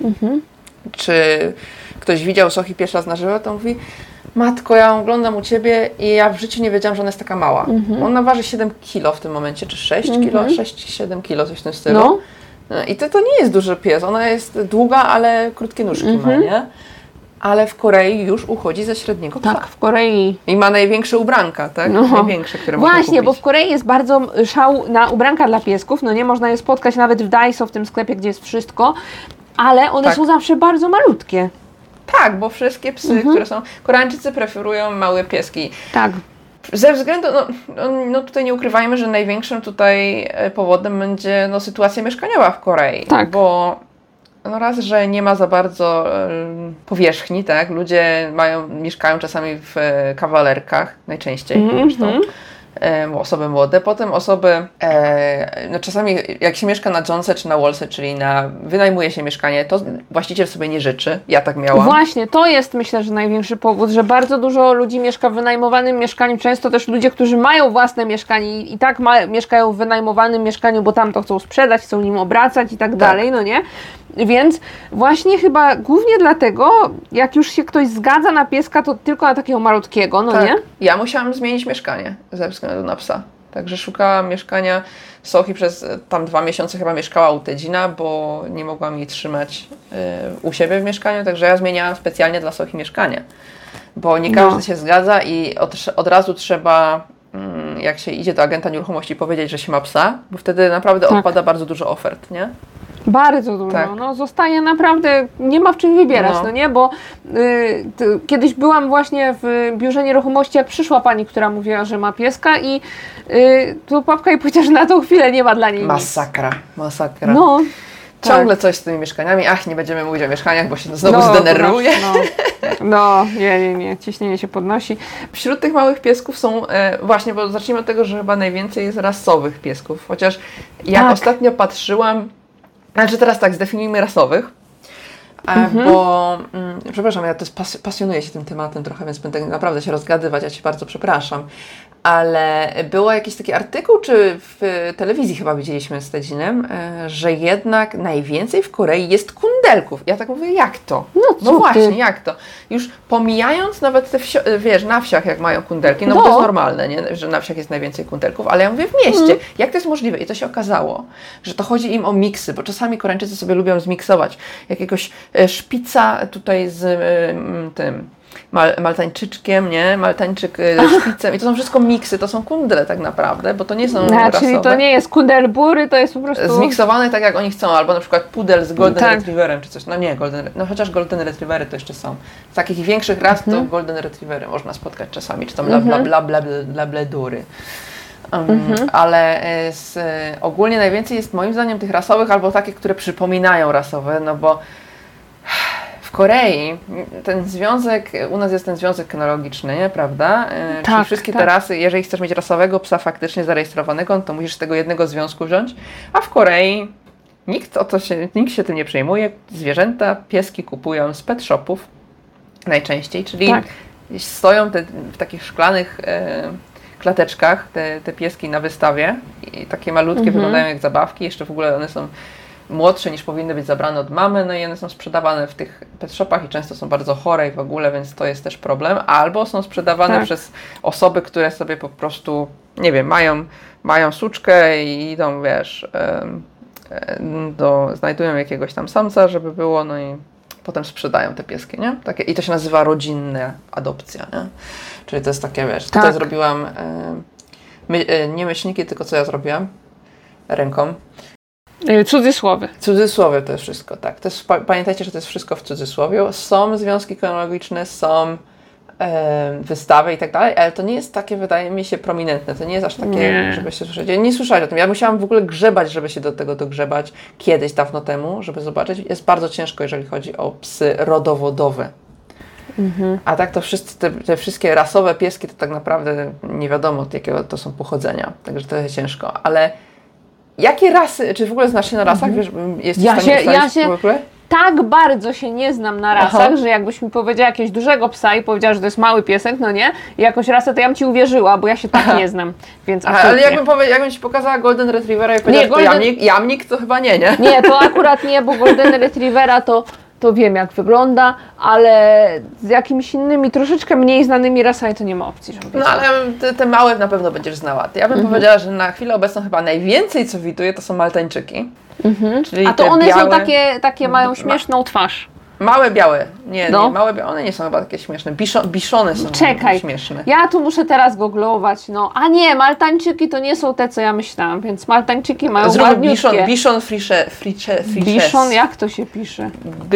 Speaker 3: czy ktoś widział Sochi pierwszy raz na żywo, to mówi: matko, ja ją oglądam u Ciebie i ja w życiu nie wiedziałam, że ona jest taka mała. Ona waży 7 kilo w tym momencie, czy 6 kilo, 6-7 kilo, coś w tym stylu.
Speaker 1: No.
Speaker 3: I to nie jest duży pies, ona jest długa, ale krótkie nóżki ma, nie? Ale w Korei już uchodzi ze średniego psa.
Speaker 1: Tak, w Korei.
Speaker 3: I ma największe ubranka, tak?
Speaker 1: No.
Speaker 3: Największe, które można
Speaker 1: Właśnie,
Speaker 3: kupić.
Speaker 1: bo w Korei jest bardzo szał na ubranka dla piesków. No nie można je spotkać nawet w Daiso, w tym sklepie, gdzie jest wszystko. Ale one
Speaker 3: Tak.
Speaker 1: są zawsze bardzo malutkie.
Speaker 3: Tak, bo wszystkie psy, które są... Koreańczycy preferują małe pieski.
Speaker 1: Tak.
Speaker 3: Ze względu, no tutaj nie ukrywajmy, że największym tutaj powodem będzie sytuacja mieszkaniowa w Korei.
Speaker 1: Tak.
Speaker 3: Bo raz, że nie ma za bardzo powierzchni, tak? Ludzie mieszkają czasami w kawalerkach, najczęściej zresztą. Osoby młode, potem osoby, czasami jak się mieszka na Johnse czy na Wallse, czyli wynajmuje się mieszkanie, to właściciel sobie nie życzy. Ja tak miałam.
Speaker 1: Właśnie, to jest myślę, że największy powód, że bardzo dużo ludzi mieszka w wynajmowanym mieszkaniu. Często też ludzie, którzy mają własne mieszkanie i tak mieszkają w wynajmowanym mieszkaniu, bo tam to chcą sprzedać, chcą nim obracać i tak dalej, no nie? Więc właśnie chyba głównie dlatego, jak już się ktoś zgadza na pieska, to tylko na takiego malutkiego, no
Speaker 3: Tak.
Speaker 1: nie?
Speaker 3: Ja musiałam zmienić mieszkanie ze względu na psa. Także szukałam mieszkania. Sochi przez tam 2 miesiące chyba mieszkała u Tedzina, bo nie mogłam jej trzymać u siebie w mieszkaniu, także ja zmieniałam specjalnie dla Sochi mieszkanie. Bo nie każdy się zgadza i od razu trzeba, jak się idzie do agenta nieruchomości, powiedzieć, że się ma psa, bo wtedy naprawdę odpada bardzo dużo ofert, nie?
Speaker 1: Bardzo dużo.
Speaker 3: Tak.
Speaker 1: No, zostaje naprawdę, nie ma w czym wybierać, no nie? Bo kiedyś byłam właśnie w biurze nieruchomości, jak przyszła pani, która mówiła, że ma pieska i tu babka jej powiedziała, że na tą chwilę nie ma dla niej nic.
Speaker 3: Masakra.
Speaker 1: No.
Speaker 3: Ciągle coś z tymi mieszkaniami. Nie będziemy mówić o mieszkaniach, bo się znowu zdenerwuję.
Speaker 1: Nie, ciśnienie się podnosi.
Speaker 3: Wśród tych małych piesków są, właśnie, bo zacznijmy od tego, że chyba najwięcej jest rasowych piesków, chociaż jak ostatnio patrzyłam, teraz tak, zdefiniujmy rasowych, bo przepraszam, ja to pasjonuję się tym tematem trochę, więc będę naprawdę się rozgadywać, ja Cię bardzo przepraszam. Ale był jakiś taki artykuł, czy w telewizji chyba widzieliśmy z Tedzinem, że jednak najwięcej w Korei jest kundelków. Ja tak mówię, jak to? No właśnie, jak to? Już pomijając nawet te wiesz, na wsiach jak mają kundelki, no bo to jest normalne, nie? Że na wsiach jest najwięcej kundelków, ale ja mówię w mieście. Jak to jest możliwe? I to się okazało, że to chodzi im o miksy, bo czasami Koreańczycy sobie lubią zmiksować jakiegoś szpica tutaj z tym maltańczyczkiem, nie? Maltańczyk szpicem i to są wszystko miksy, to są kundle tak naprawdę, bo to nie są rasowe.
Speaker 1: Czyli to nie jest kundelbury, to jest po prostu...
Speaker 3: Zmiksowane tak jak oni chcą, albo na przykład pudel z Golden Retrieverem czy coś. No nie, chociaż Golden Retrievery to jeszcze są. Z takich większych ras to Golden Retrievery można spotkać czasami, czy tam labladury. Ale ogólnie najwięcej jest moim zdaniem tych rasowych, albo takie, które przypominają rasowe, no bo w Korei ten związek, u nas jest ten związek kynologiczny, nie? Prawda? Czyli wszystkie te rasy, jeżeli chcesz mieć rasowego psa faktycznie zarejestrowanego, to musisz z tego jednego związku wziąć, a w Korei nikt się tym nie przejmuje. Zwierzęta, pieski kupują z pet shopów najczęściej, czyli stoją w takich szklanych klateczkach te pieski na wystawie i takie malutkie wyglądają jak zabawki, jeszcze w ogóle one są młodsze niż powinny być zabrane od mamy, no i one są sprzedawane w tych pet shopach i często są bardzo chore i w ogóle, więc to jest też problem. Albo są sprzedawane przez osoby, które sobie po prostu, nie wiem, mają suczkę i idą, wiesz, znajdują jakiegoś tam samca, żeby było, no i potem sprzedają te pieski, nie? Takie, i to się nazywa rodzinna adopcja, nie? Czyli to jest takie, wiesz, tutaj zrobiłam nie myślniki, tylko co ja zrobiłam ręką.
Speaker 1: Cudzysłowie.
Speaker 3: Cudzysłowie to jest wszystko, tak. To jest, pamiętajcie, że to jest wszystko w cudzysłowie. Są związki kynologiczne, są wystawy i tak dalej, ale to nie jest takie, wydaje mi się, prominentne. To nie jest aż takie, żeby się słyszeć. Ja nie słyszałam o tym. Ja musiałam w ogóle grzebać, żeby się do tego dogrzebać kiedyś, dawno temu, żeby zobaczyć. Jest bardzo ciężko, jeżeli chodzi o psy rodowodowe. A tak to te wszystkie rasowe pieski to tak naprawdę nie wiadomo, od jakiego to są pochodzenia. Także to jest ciężko. Ale jakie rasy, czy w ogóle znasz się na rasach? Wiesz, jesteś w stanie ustalić w ogóle?
Speaker 1: Tak bardzo się nie znam na rasach, że jakbyś mi powiedziała jakiegoś dużego psa i powiedziała, że to jest mały piesek, no nie, i jakąś rasę, to ja bym Ci uwierzyła, bo ja się tak nie znam, więc
Speaker 3: ale jakbym Ci pokazała Golden Retrievera i powiedziała, że to jamnik, to chyba nie?
Speaker 1: Nie, to akurat nie, bo Golden Retrievera to wiem jak wygląda, ale z jakimiś innymi, troszeczkę mniej znanymi rasami to nie ma opcji, żeby
Speaker 3: ale te małe na pewno będziesz znała. Ja bym powiedziała, że na chwilę obecną chyba najwięcej co widuję to są maltańczyki. Czyli
Speaker 1: a to one białe, są takie mają śmieszną twarz.
Speaker 3: Małe białe. Nie, małe one nie są chyba takie śmieszne. Biszony są śmieszne.
Speaker 1: Ja tu muszę teraz googlować. A nie, maltańczyki to nie są te, co ja myślałam, więc maltańczyki mają ładniutkie.
Speaker 3: Biszon friches.
Speaker 1: Biszon, jak to się pisze?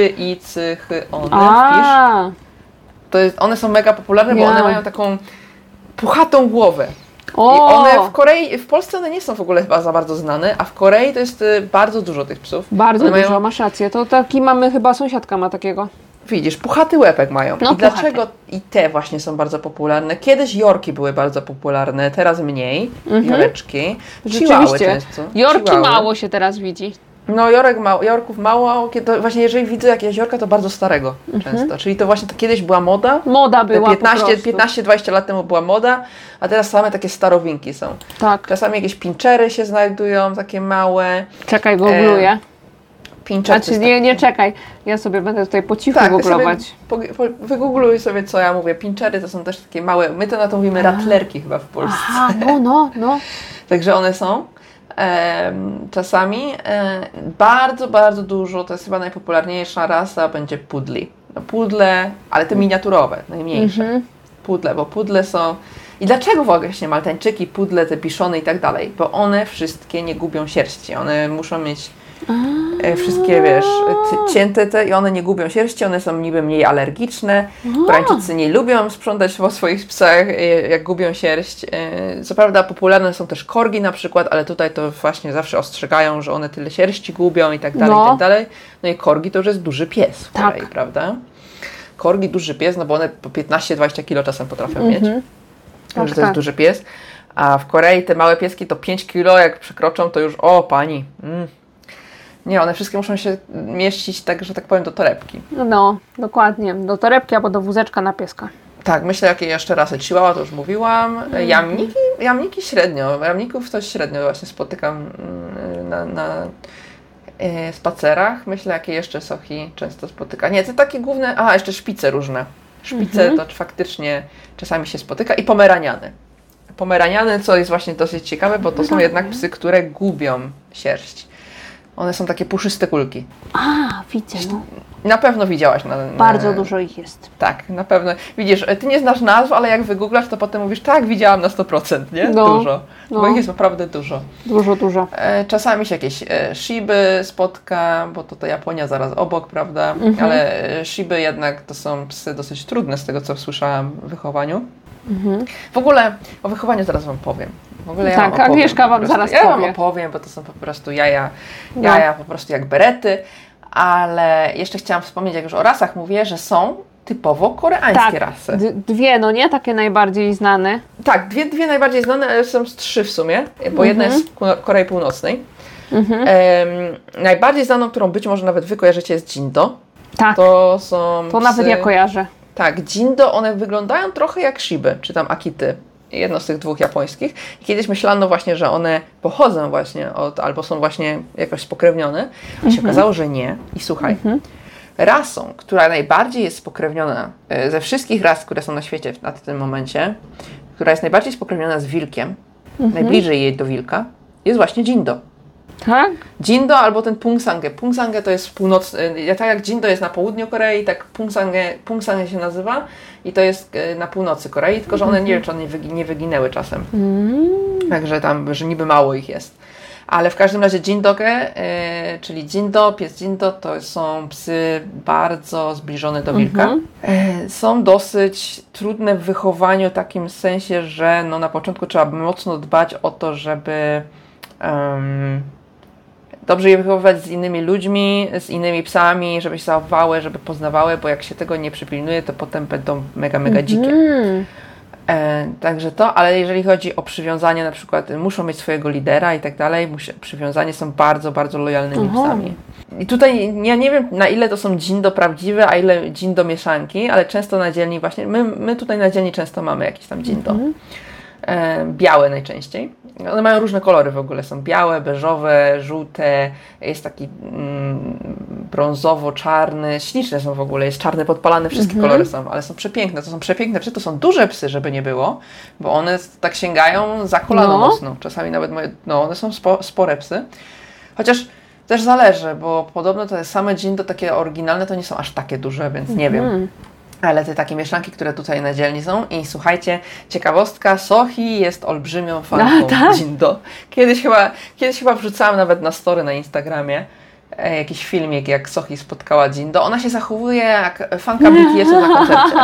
Speaker 3: One są mega popularne, bo one mają taką puchatą głowę. I one w Korei, w Polsce one nie są w ogóle chyba za bardzo znane, a w Korei to jest bardzo dużo tych psów.
Speaker 1: Bardzo dużo, masz rację. To taki mamy, chyba sąsiadka ma takiego.
Speaker 3: Widzisz, puchaty łepek mają. I dlaczego i te właśnie są bardzo popularne? Kiedyś Yorki były bardzo popularne, teraz mniej. Yoreczki.
Speaker 1: Rzeczywiście. Yorki mało się teraz widzi.
Speaker 3: No Jorków mało, właśnie jeżeli widzę jakieś jeziorka, to bardzo starego często. Czyli to właśnie kiedyś była moda.
Speaker 1: Moda była
Speaker 3: 15-20 lat temu była moda, a teraz same takie starowinki są.
Speaker 1: Tak.
Speaker 3: Czasami jakieś pinczery się znajdują, takie małe.
Speaker 1: Czekaj, googluję.
Speaker 3: Pinczer.
Speaker 1: Znaczy nie czekaj, ja sobie będę tutaj po cichu googlować.
Speaker 3: Wygoogluj sobie, co ja mówię. Pinczery to są też takie małe, my to na to mówimy ratlerki chyba w Polsce.
Speaker 1: No.
Speaker 3: Także one są. Czasami bardzo, bardzo dużo, to jest chyba najpopularniejsza rasa, będzie pudli. Pudle, ale te miniaturowe, najmniejsze. Pudle, bo pudle są... I dlaczego właśnie maltańczyki, pudle, te biszony i tak dalej? Bo one wszystkie nie gubią sierści. One muszą mieć wszystkie, wiesz, cięte i one nie gubią sierści, one są niby mniej alergiczne. Koreańczycy nie lubią sprzątać po swoich psach, jak gubią sierść. Co prawda popularne są też korgi na przykład, ale tutaj to właśnie zawsze ostrzegają, że one tyle sierści gubią i tak dalej, i tak dalej. No i korgi to już jest duży pies w Korei, prawda? Korgi, duży pies, no bo one po 15-20 kilo czasem potrafią mieć. Także to jest duży pies. A w Korei te małe pieski to 5 kilo, jak przekroczą, to już pani. Nie, one wszystkie muszą się mieścić tak, że tak powiem, do torebki.
Speaker 1: No, dokładnie. Do torebki albo do wózeczka na pieska.
Speaker 3: Tak, myślę, jakie jeszcze rasy. Chihuahua to już mówiłam. Jamniki średnio. Jamników to średnio właśnie spotykam na spacerach. Myślę, jakie jeszcze sochi często spotyka. Nie, to takie główne... Aha, jeszcze szpice różne. Szpice to faktycznie czasami się spotyka. I pomeraniany. Pomeraniany, co jest właśnie dosyć ciekawe, bo to są jednak psy, które gubią sierść. One są takie puszyste kulki.
Speaker 1: A, widzę, no.
Speaker 3: Na pewno widziałaś.
Speaker 1: Bardzo dużo ich jest.
Speaker 3: Tak, na pewno. Widzisz, ty nie znasz nazw, ale jak wygooglasz, to potem mówisz, tak, widziałam na 100%, nie? Dużo. Bo ich jest naprawdę dużo.
Speaker 1: Dużo.
Speaker 3: Czasami się jakieś Shiby spotka, bo to Japonia zaraz obok, prawda? Ale Shiby jednak to są psy dosyć trudne z tego, co słyszałam w wychowaniu. W ogóle o wychowaniu zaraz Wam powiem. W ogóle ja
Speaker 1: tak, Agnieszka Wam zaraz powie.
Speaker 3: Ja Wam opowiem, bo to są po prostu jaja po prostu jak berety. Ale jeszcze chciałam wspomnieć, jak już o rasach mówię, że są typowo koreańskie rasy.
Speaker 1: Dwie, no nie? Takie najbardziej znane.
Speaker 3: Tak, dwie najbardziej znane, ale są trzy w sumie, bo jedna jest w Korei Północnej. Najbardziej znaną, którą być może nawet Wy kojarzycie, jest Jindo.
Speaker 1: Tak,
Speaker 3: to są psy,
Speaker 1: nawet ja kojarzę.
Speaker 3: Tak, Jindo, one wyglądają trochę jak Shiby, czy tam Akity. Jedno z tych dwóch japońskich. I kiedyś myślano właśnie, że one pochodzą właśnie albo są właśnie jakoś spokrewnione. A się okazało, że nie. I słuchaj, rasą, która najbardziej jest spokrewniona ze wszystkich ras, które są na świecie na tym momencie, która jest najbardziej spokrewniona z wilkiem, najbliżej jej do wilka, jest właśnie Jindo.
Speaker 1: Tak?
Speaker 3: Jindo albo ten Pungsange. Pungsange to jest północny, tak jak Jindo jest na południu Korei, tak Pungsange się nazywa i to jest na północy Korei, tylko że one nie wiem, czy one nie wyginęły czasem. Także tam, że niby mało ich jest. Ale w każdym razie Jindoge, czyli Jindo, pies Jindo, to są psy bardzo zbliżone do wilka. Są dosyć trudne w wychowaniu w takim sensie, że no na początku trzeba mocno dbać o to, żeby dobrze je wychowywać z innymi ludźmi, z innymi psami, żeby się zachowały, żeby poznawały, bo jak się tego nie przypilnuje, to potem będą mega dzikie. Także to, ale jeżeli chodzi o przywiązanie, na przykład muszą mieć swojego lidera i tak dalej, przywiązanie są bardzo lojalnymi psami. I tutaj ja nie wiem, na ile to są Jindo prawdziwe, a ile Jindo mieszanki, ale często na dzielni właśnie, my tutaj na dzielni często mamy jakieś tam Jindo. Białe najczęściej. One mają różne kolory w ogóle. Są białe, beżowe, żółte, jest taki brązowo-czarny. Śliczne są w ogóle, jest czarny podpalany, wszystkie kolory są, ale są przepiękne. To są przepiękne psy, to są duże psy, żeby nie było, bo one tak sięgają za kolano mocno. Czasami nawet one są spore psy. Chociaż też zależy, bo podobno te same Jindo, takie oryginalne, to nie są aż takie duże, więc nie wiem. Ale te takie mieszanki, które tutaj na dzielni są. I słuchajcie, ciekawostka, Sohi jest olbrzymią fanką Jindo. Kiedyś chyba wrzucałam nawet na story na Instagramie jakiś filmik, jak Sohi spotkała Jindo. Ona się zachowuje jak fanka BTS-u na koncercie.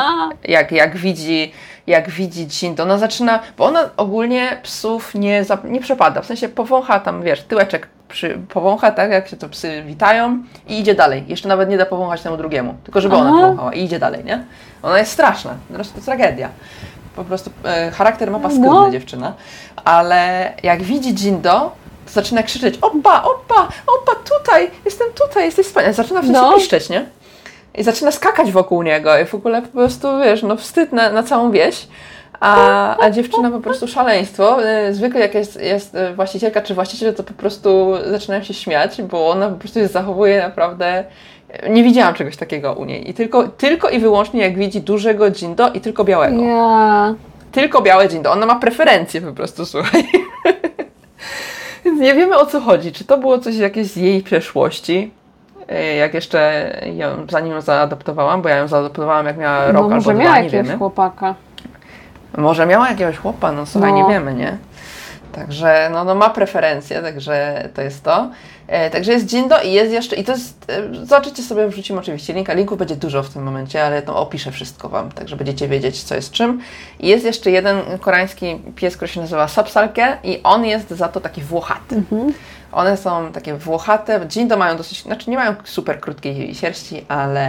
Speaker 3: Jak widzi Jindo. Ona zaczyna, bo ona ogólnie psów nie przepada. W sensie powącha tam, wiesz, tyłeczek powącha, tak, jak się to psy witają i idzie dalej. Jeszcze nawet nie da powąchać temu drugiemu, tylko żeby ona powąchała i idzie dalej, nie? Ona jest straszna, zresztą to tragedia. Po prostu charakter ma paskudny dziewczyna, ale jak widzi Jindo, to zaczyna krzyczeć: opa, jestem tutaj, jesteś wspaniała. Zaczyna wszędzie piszczeć, nie? I zaczyna skakać wokół niego i w ogóle po prostu, wiesz, wstyd na całą wieś. A dziewczyna po prostu szaleństwo. Zwykle jak jest właścicielka czy właściciel, to po prostu zaczynają się śmiać, bo ona po prostu się zachowuje naprawdę... Nie widziałam czegoś takiego u niej. I tylko i wyłącznie jak widzi dużego Jindo i tylko białego. Tylko białe Jindo. Ona ma preferencje po prostu, słuchaj. Więc nie wiemy, o co chodzi. Czy to było coś jakieś z jej przeszłości? Jak jeszcze zanim ją zaadoptowałam, bo ja ją zaadoptowałam jak miała rok albo
Speaker 1: może
Speaker 3: dwa,
Speaker 1: miała
Speaker 3: nie wiemy.
Speaker 1: jakiegoś chłopaka.
Speaker 3: Może miała jakiegoś chłopa, słuchaj, nie wiemy, nie? Także ma preferencje, także to jest to. Także jest Jindo i jest jeszcze, i to jest, zobaczycie sobie, wrzucimy oczywiście linka, linków będzie dużo w tym momencie, ale opiszę wszystko Wam, także będziecie wiedzieć, co jest czym. I jest jeszcze jeden koreański pies, który się nazywa Sapsalke i on jest za to taki włochaty. One są takie włochate, Jindo mają dosyć, nie mają super krótkiej sierści, ale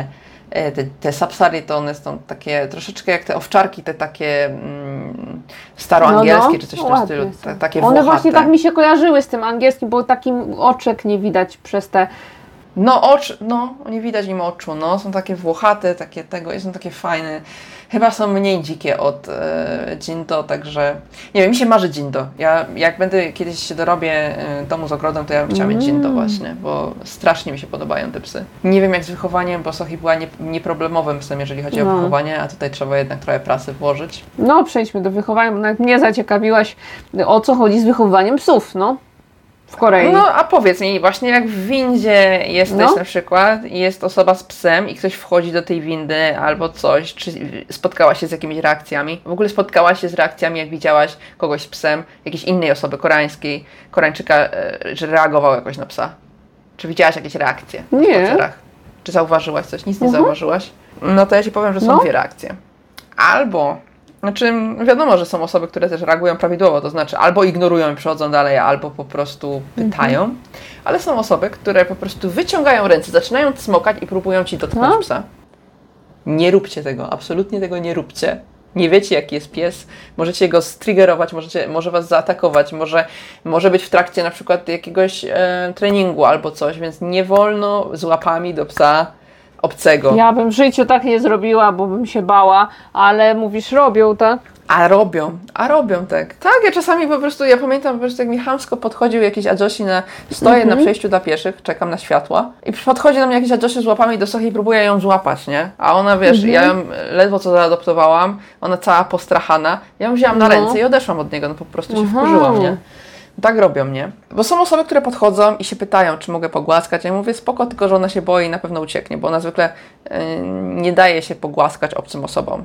Speaker 3: Te sapsary to one są takie troszeczkę jak te owczarki, te takie staroangielskie, czy coś w tym stylu, takie
Speaker 1: One
Speaker 3: włochate.
Speaker 1: właśnie tak mi się kojarzyły z tym angielskim, bo takim oczek nie widać przez te...
Speaker 3: Nie widać im oczu, są takie włochate, takie tego i są takie fajne. Chyba są mniej dzikie od Jindo, także nie wiem, mi się marzy Jindo. Ja jak będę kiedyś się dorobię domu z ogrodem, to ja bym chciała mieć Jindo właśnie, bo strasznie mi się podobają te psy. Nie wiem jak z wychowaniem, bo Sohi była nieproblemowym psem, jeżeli chodzi o wychowanie, a tutaj trzeba jednak trochę pracy włożyć.
Speaker 1: No, przejdźmy do wychowania, bo nawet mnie zaciekawiłaś, o co chodzi z wychowywaniem psów, w Korei.
Speaker 3: No, a powiedz mi, właśnie jak w windzie jesteś na przykład i jest osoba z psem i ktoś wchodzi do tej windy albo coś, czy spotkałaś się z jakimiś reakcjami? W ogóle spotkałaś się z reakcjami, jak widziałaś kogoś z psem, jakiejś innej osoby Koreańczyka, że reagował jakoś na psa? Czy widziałaś jakieś reakcje w spacerach? Czy zauważyłaś coś? Nic nie zauważyłaś? No to ja Ci powiem, że są dwie reakcje. Wiadomo, że są osoby, które też reagują prawidłowo, to znaczy albo ignorują i przechodzą dalej, albo po prostu pytają, ale są osoby, które po prostu wyciągają ręce, zaczynają cmokać i próbują Ci dotknąć psa. Nie róbcie tego, absolutnie tego nie róbcie. Nie wiecie, jaki jest pies, możecie go striggerować, może Was zaatakować, może być w trakcie na przykład jakiegoś treningu albo coś, więc nie wolno z łapami do psa obcego.
Speaker 1: Ja bym w życiu tak nie zrobiła, bo bym się bała, ale mówisz, robią, tak?
Speaker 3: A robią tak. Tak, ja czasami ja pamiętam po prostu jak mi chamsko podchodził jakiś adjoshi stoję na przejściu dla pieszych, czekam na światła i podchodzi do mnie jakiś adjoshi z łapami do Sohi i próbuje ją złapać, nie? A ona, wiesz, ja ją ledwo co zaadoptowałam, ona cała postrachana, ja ją wzięłam na ręce i odeszłam od niego, po prostu się wkurzyłam, nie? Tak robią, nie? Bo są osoby, które podchodzą i się pytają, czy mogę pogłaskać. Ja mówię, spoko, tylko że ona się boi i na pewno ucieknie, bo ona zwykle nie daje się pogłaskać obcym osobom.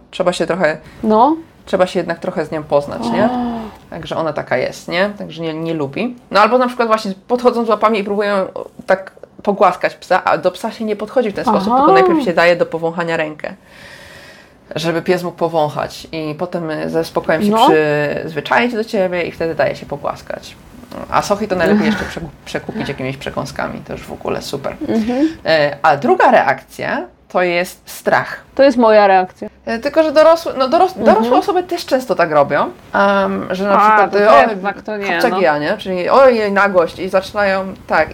Speaker 3: Trzeba się jednak trochę z nią poznać, nie? Także ona taka jest, nie? Także nie lubi. No albo na przykład właśnie podchodzą z łapami i próbują tak pogłaskać psa, a do psa się nie podchodzi w ten sposób, tylko najpierw się daje do powąchania rękę, żeby pies mógł powąchać i potem ze spokojem się przyzwyczaić do Ciebie i wtedy daje się pogłaskać. A Sohi to najlepiej jeszcze przekupić jakimiś przekąskami, to już w ogóle super. A druga reakcja to jest strach.
Speaker 1: To jest moja reakcja.
Speaker 3: Tylko, że dorosłe osoby też często tak robią, że na przykład nie? Czyli ojej, nagość i zaczynają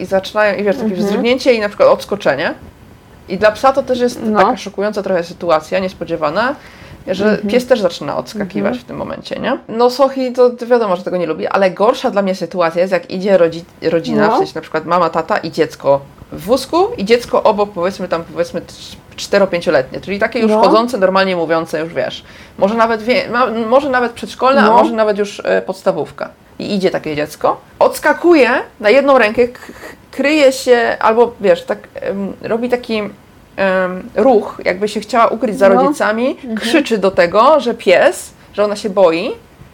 Speaker 3: i wiesz, takie wzdrygnięcie i na przykład odskoczenie. I dla psa to też jest taka szokująca trochę sytuacja, niespodziewana, że pies też zaczyna odskakiwać w tym momencie, nie? No Sohi to wiadomo, że tego nie lubi, ale gorsza dla mnie sytuacja jest, jak idzie rodzina, w sensie na przykład mama, tata i dziecko w wózku i dziecko obok, powiedzmy 4-5-letnie, czyli takie już chodzące, normalnie mówiące, już wiesz, może nawet przedszkolne, a może nawet już podstawówka. I idzie takie dziecko, odskakuje na jedną rękę, kryje się, albo wiesz, tak robi taki ruch, jakby się chciała ukryć za rodzicami, krzyczy do tego, że ona się boi,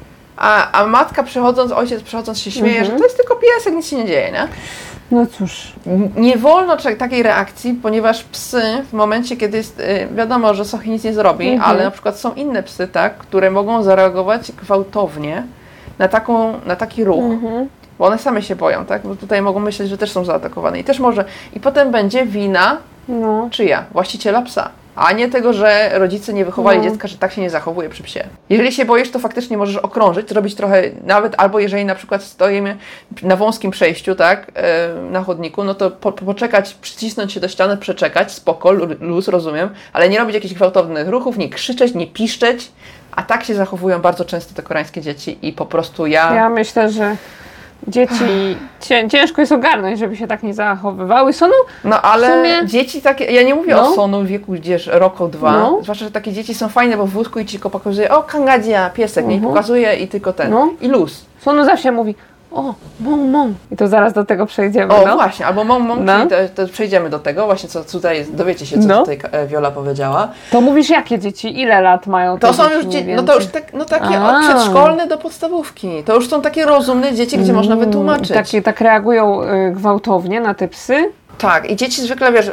Speaker 3: a matka ojciec przechodząc się śmieje, że to jest tylko piesek, nic się nie dzieje, nie?
Speaker 1: No cóż.
Speaker 3: Nie wolno takiej reakcji, ponieważ psy w momencie, kiedy jest, wiadomo, że Sohi nic nie zrobi, ale na przykład są inne psy, tak, które mogą zareagować gwałtownie na taki ruch, bo one same się boją, tak, bo tutaj mogą myśleć, że też są zaatakowane i potem będzie wina czyja? Właściciela psa. A nie tego, że rodzice nie wychowali dziecka, że tak się nie zachowuje przy psie. Jeżeli się boisz, to faktycznie możesz okrążyć, zrobić trochę, nawet albo jeżeli na przykład stoimy na wąskim przejściu, tak, na chodniku, no to poczekać, przycisnąć się do ściany, przeczekać, spoko, luz, rozumiem, ale nie robić jakichś gwałtownych ruchów, nie krzyczeć, nie piszczeć, a tak się zachowują bardzo często te koreańskie dzieci i po prostu
Speaker 1: Ja myślę, że dzieci ciężko jest ogarnąć, żeby się tak nie zachowywały. Sonu?
Speaker 3: No ale dzieci takie, ja nie mówię o Sonu w wieku gdzieś roku, 2, zwłaszcza, że takie dzieci są fajne, bo w wózku i ci tylko pokazuje, o kangadzia, piesek, nie pokazuje i tylko i luz.
Speaker 1: Sonu zawsze mówi, o, mong. I to zaraz do tego przejdziemy.
Speaker 3: Właśnie, albo mong, czyli to przejdziemy do tego, właśnie co tutaj, dowiecie się, co tutaj Viola powiedziała.
Speaker 1: To mówisz, jakie dzieci, ile lat mają
Speaker 3: to są już dzieci, to już takie od przedszkolne do podstawówki. To już są takie rozumne dzieci, gdzie można wytłumaczyć.
Speaker 1: Tak reagują gwałtownie na te psy?
Speaker 3: Tak, i dzieci zwykle, wiesz,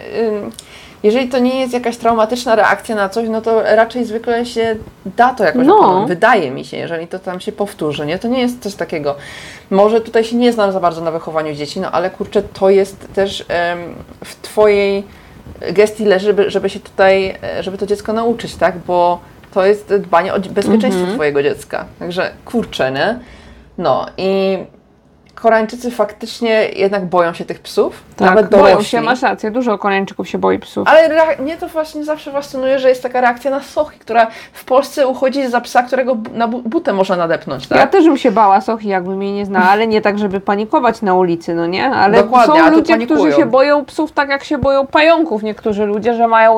Speaker 3: jeżeli to nie jest jakaś traumatyczna reakcja na coś, no to raczej zwykle się da to jakoś wydaje mi się, jeżeli to tam się powtórzy, nie? To nie jest coś takiego. Może tutaj się nie znam za bardzo na wychowaniu dzieci, no ale kurczę, to jest też w Twojej gestii leży, żeby się tutaj, żeby to dziecko nauczyć, tak? Bo to jest dbanie o bezpieczeństwo twojego dziecka. Także kurczę, nie? No i Koreańczycy faktycznie jednak boją się tych psów,
Speaker 1: Tak,
Speaker 3: nawet
Speaker 1: boją
Speaker 3: dorośli.
Speaker 1: się, masz rację, dużo Koreańczyków się boi psów.
Speaker 3: Ale mnie to właśnie zawsze fascynuje, że jest taka reakcja na Sochi, która w Polsce uchodzi za psa, którego na butę można nadepnąć, tak?
Speaker 1: Ja też bym się bała Sochi, jakbym jej nie znała, ale nie tak, żeby panikować na ulicy, no nie? Ale
Speaker 3: Dokładnie,
Speaker 1: są
Speaker 3: ale to
Speaker 1: ludzie, którzy
Speaker 3: panikują.
Speaker 1: się boją psów tak, jak się boją pająków. Niektórzy ludzie, że mają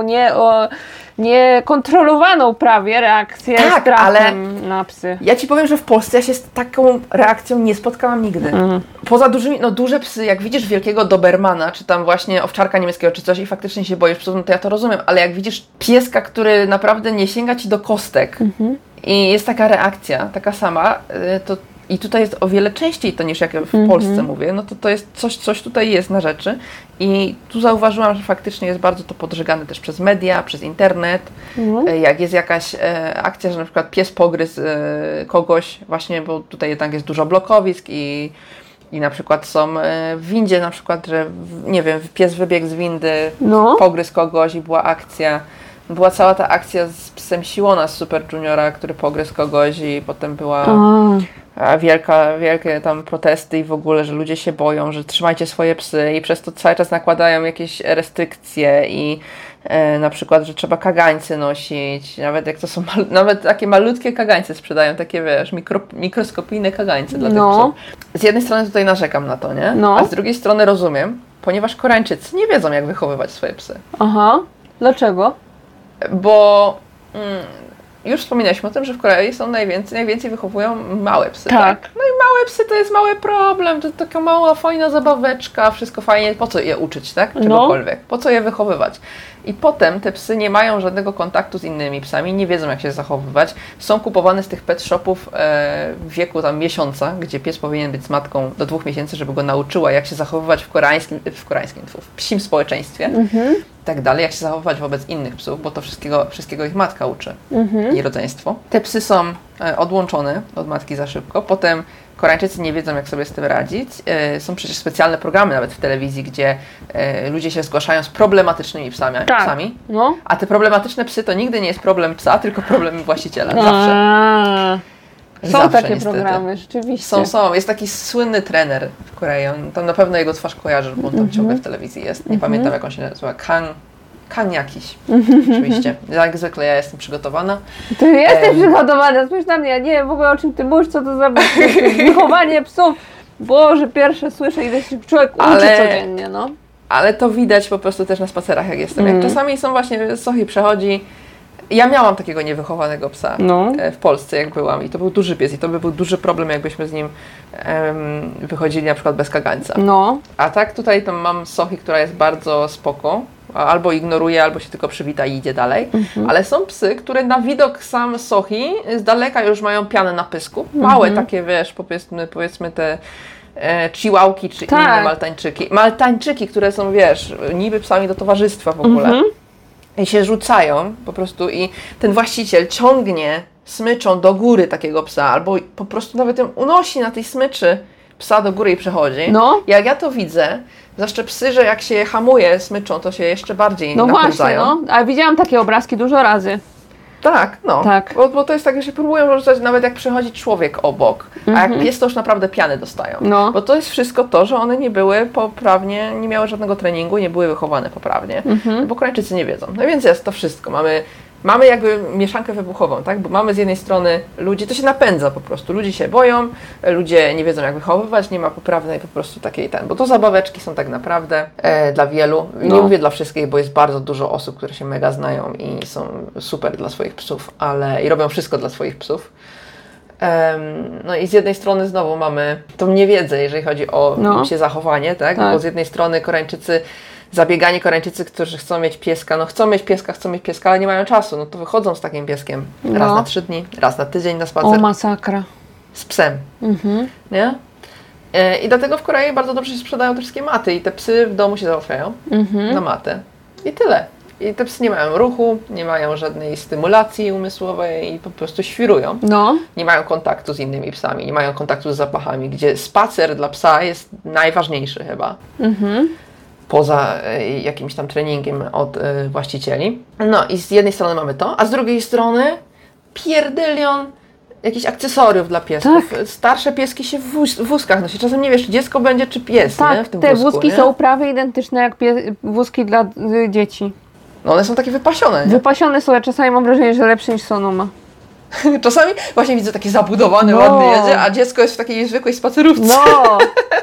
Speaker 1: niekontrolowaną prawie reakcję
Speaker 3: Tak,
Speaker 1: strachem na psy.
Speaker 3: Ja Ci powiem, że w Polsce ja się z taką reakcją nie spotkałam nigdy. Poza dużymi, duże psy, jak widzisz wielkiego dobermana, czy tam właśnie owczarka niemieckiego, czy coś i faktycznie się boisz psów, no to ja to rozumiem, ale jak widzisz pieska, który naprawdę nie sięga Ci do kostek i jest taka reakcja, taka sama, to i tutaj jest o wiele częściej to niż jak w Polsce mówię, no to jest coś tutaj jest na rzeczy i tu zauważyłam, że faktycznie jest bardzo to podżegane też przez media, przez internet, jak jest jakaś akcja, że na przykład pies pogryzł kogoś właśnie, bo tutaj jednak jest dużo blokowisk i na przykład są w windzie na przykład, że nie wiem, pies wybiegł z windy, pogryzł kogoś i była akcja. Była cała ta akcja z psem Siłona z Super Juniora, który pogryzł kogoś i potem była wielkie tam protesty i w ogóle, że ludzie się boją, że trzymajcie swoje psy i przez to cały czas nakładają jakieś restrykcje i na przykład, że trzeba kagańce nosić, nawet jak to są, nawet takie malutkie kagańce sprzedają, takie wiesz, mikroskopijne kagańce dla tych psów. Z jednej strony tutaj narzekam na to, nie? A z drugiej strony rozumiem, ponieważ Koreańczycy nie wiedzą, jak wychowywać swoje psy.
Speaker 1: Aha, dlaczego?
Speaker 3: Bo już wspominaliśmy o tym, że w Korei są najwięcej wychowują małe psy. Tak. No i małe psy to jest mały problem, to taka mała, fajna zabaweczka, wszystko fajnie, po co je uczyć, tak? Czegokolwiek, po co je wychowywać? I potem te psy nie mają żadnego kontaktu z innymi psami, nie wiedzą, jak się zachowywać. Są kupowane z tych pet shopów w wieku tam miesiąca, gdzie pies powinien być z matką do 2 miesięcy, żeby go nauczyła, jak się zachowywać w psim społeczeństwie. I tak dalej, jak się zachowywać wobec innych psów, bo to wszystkiego ich matka uczy i rodzeństwo. Te psy są odłączone od matki za szybko, potem Koreańczycy nie wiedzą, jak sobie z tym radzić. Są przecież specjalne programy nawet w telewizji, gdzie ludzie się zgłaszają z problematycznymi psami. A te problematyczne psy to nigdy nie jest problem psa, tylko problem właściciela. Zawsze.
Speaker 1: Są takie programy, rzeczywiście.
Speaker 3: Są. Jest taki słynny trener w Korei. Tam na pewno jego twarz kojarzy, bo on tam ciągle w telewizji jest. Nie pamiętam, jak on się nazywa. Kan jakiś. Oczywiście. Jak zwykle ja jestem przygotowana.
Speaker 1: Ty jesteś przygotowana, spójrz na mnie, ja nie wiem w ogóle, o czym ty mówisz, co to za wychowanie psów. Boże, pierwsze słyszę, ile się człowiek uczy codziennie, no.
Speaker 3: Ale to widać po prostu też na spacerach, jak jestem. Jak czasami są właśnie, Sochi przechodzi. Ja miałam takiego niewychowanego psa w Polsce, jak byłam, i to był duży pies i to by był duży problem, jakbyśmy z nim wychodzili na przykład bez kagańca. A tak tutaj to mam Sochi, która jest bardzo spoko, albo ignoruje, albo się tylko przywita i idzie dalej, ale są psy, które na widok sam Sochi z daleka już mają pianę na pysku, małe takie, wiesz, powiedzmy te chihuahki czy inne maltańczyki, które są, wiesz, niby psami do towarzystwa w ogóle. I się rzucają po prostu i ten właściciel ciągnie smyczą do góry takiego psa, albo po prostu nawet ją unosi na tej smyczy psa do góry i przechodzi. Jak ja to widzę, zwłaszcza psy, że jak się je hamuje smyczą, to się jeszcze bardziej napędzają.
Speaker 1: Właśnie, a widziałam takie obrazki dużo razy.
Speaker 3: Tak. Bo to jest tak, że się próbują rzucać nawet jak przychodzi człowiek obok, a jak pies to już naprawdę piany dostają. Bo to jest wszystko to, że one nie były poprawnie, nie miały żadnego treningu, nie były wychowane poprawnie, bo Koreańczycy nie wiedzą. No więc jest to wszystko. Mamy jakby mieszankę wybuchową, tak? Bo mamy z jednej strony ludzi, to się napędza po prostu, ludzie się boją, ludzie nie wiedzą, jak wychowywać, nie ma poprawnej po prostu takiej bo to zabaweczki są tak naprawdę dla wielu, nie mówię dla wszystkich, bo jest bardzo dużo osób, które się mega znają i są super dla swoich psów, i robią wszystko dla swoich psów. No i z jednej strony znowu mamy tą niewiedzę, jeżeli chodzi o psie zachowanie, tak? Bo z jednej strony Koreańczycy, którzy chcą mieć pieska, chcą mieć pieska, ale nie mają czasu, no to wychodzą z takim pieskiem raz na 3 dni, raz na tydzień na spacer.
Speaker 1: O, masakra.
Speaker 3: Z psem, nie? I dlatego w Korei bardzo dobrze się sprzedają te wszystkie maty i te psy w domu się załatwiają na matę. I tyle. I te psy nie mają ruchu, nie mają żadnej stymulacji umysłowej i po prostu świrują. Nie mają kontaktu z innymi psami, nie mają kontaktu z zapachami, gdzie spacer dla psa jest najważniejszy chyba. poza jakimś tam treningiem od właścicieli. No i z jednej strony mamy to, a z drugiej strony pierdylion jakichś akcesoriów dla piesków.
Speaker 1: Tak.
Speaker 3: Starsze pieski się w wózkach nosi. Czasem nie wiesz, czy dziecko będzie, czy pies,
Speaker 1: Tak,
Speaker 3: nie? W tym
Speaker 1: te
Speaker 3: wózku,
Speaker 1: wózki
Speaker 3: nie?
Speaker 1: są prawie identyczne jak wózki dla dzieci.
Speaker 3: No one są takie wypasione, nie?
Speaker 1: Wypasione są, ja czasami mam wrażenie, że lepsze niż Sonoma.
Speaker 3: Czasami właśnie widzę taki zabudowany,
Speaker 1: No.
Speaker 3: ładny jedzie, a dziecko jest w takiej zwykłej spacerówce.
Speaker 1: No!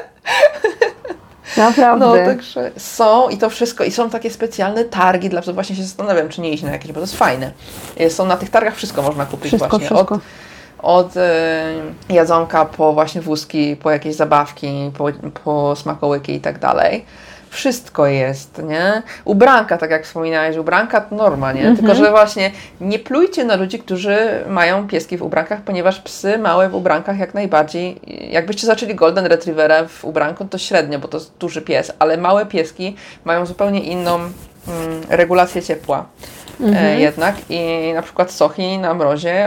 Speaker 1: Naprawdę.
Speaker 3: No, także są i to wszystko. I są takie specjalne targi dla psów. Właśnie się zastanawiam, czy nie iść na jakieś, bo to jest fajne. Są na tych targach wszystko można kupić
Speaker 1: Wszystko,
Speaker 3: właśnie.
Speaker 1: wszystko.
Speaker 3: Od jadzonka po właśnie wózki, po jakieś zabawki, po smakołyki i tak dalej. Wszystko jest, nie? Ubranka, tak jak wspominałeś, ubranka to norma, nie? Tylko, że właśnie nie plujcie na ludzi, którzy mają pieski w ubrankach, ponieważ psy małe w ubrankach jak najbardziej, jakbyście zaczęli Golden Retrievera w ubranku, to średnio, bo to jest duży pies, ale małe pieski mają zupełnie inną regulację ciepła jednak i na przykład Sochi na mrozie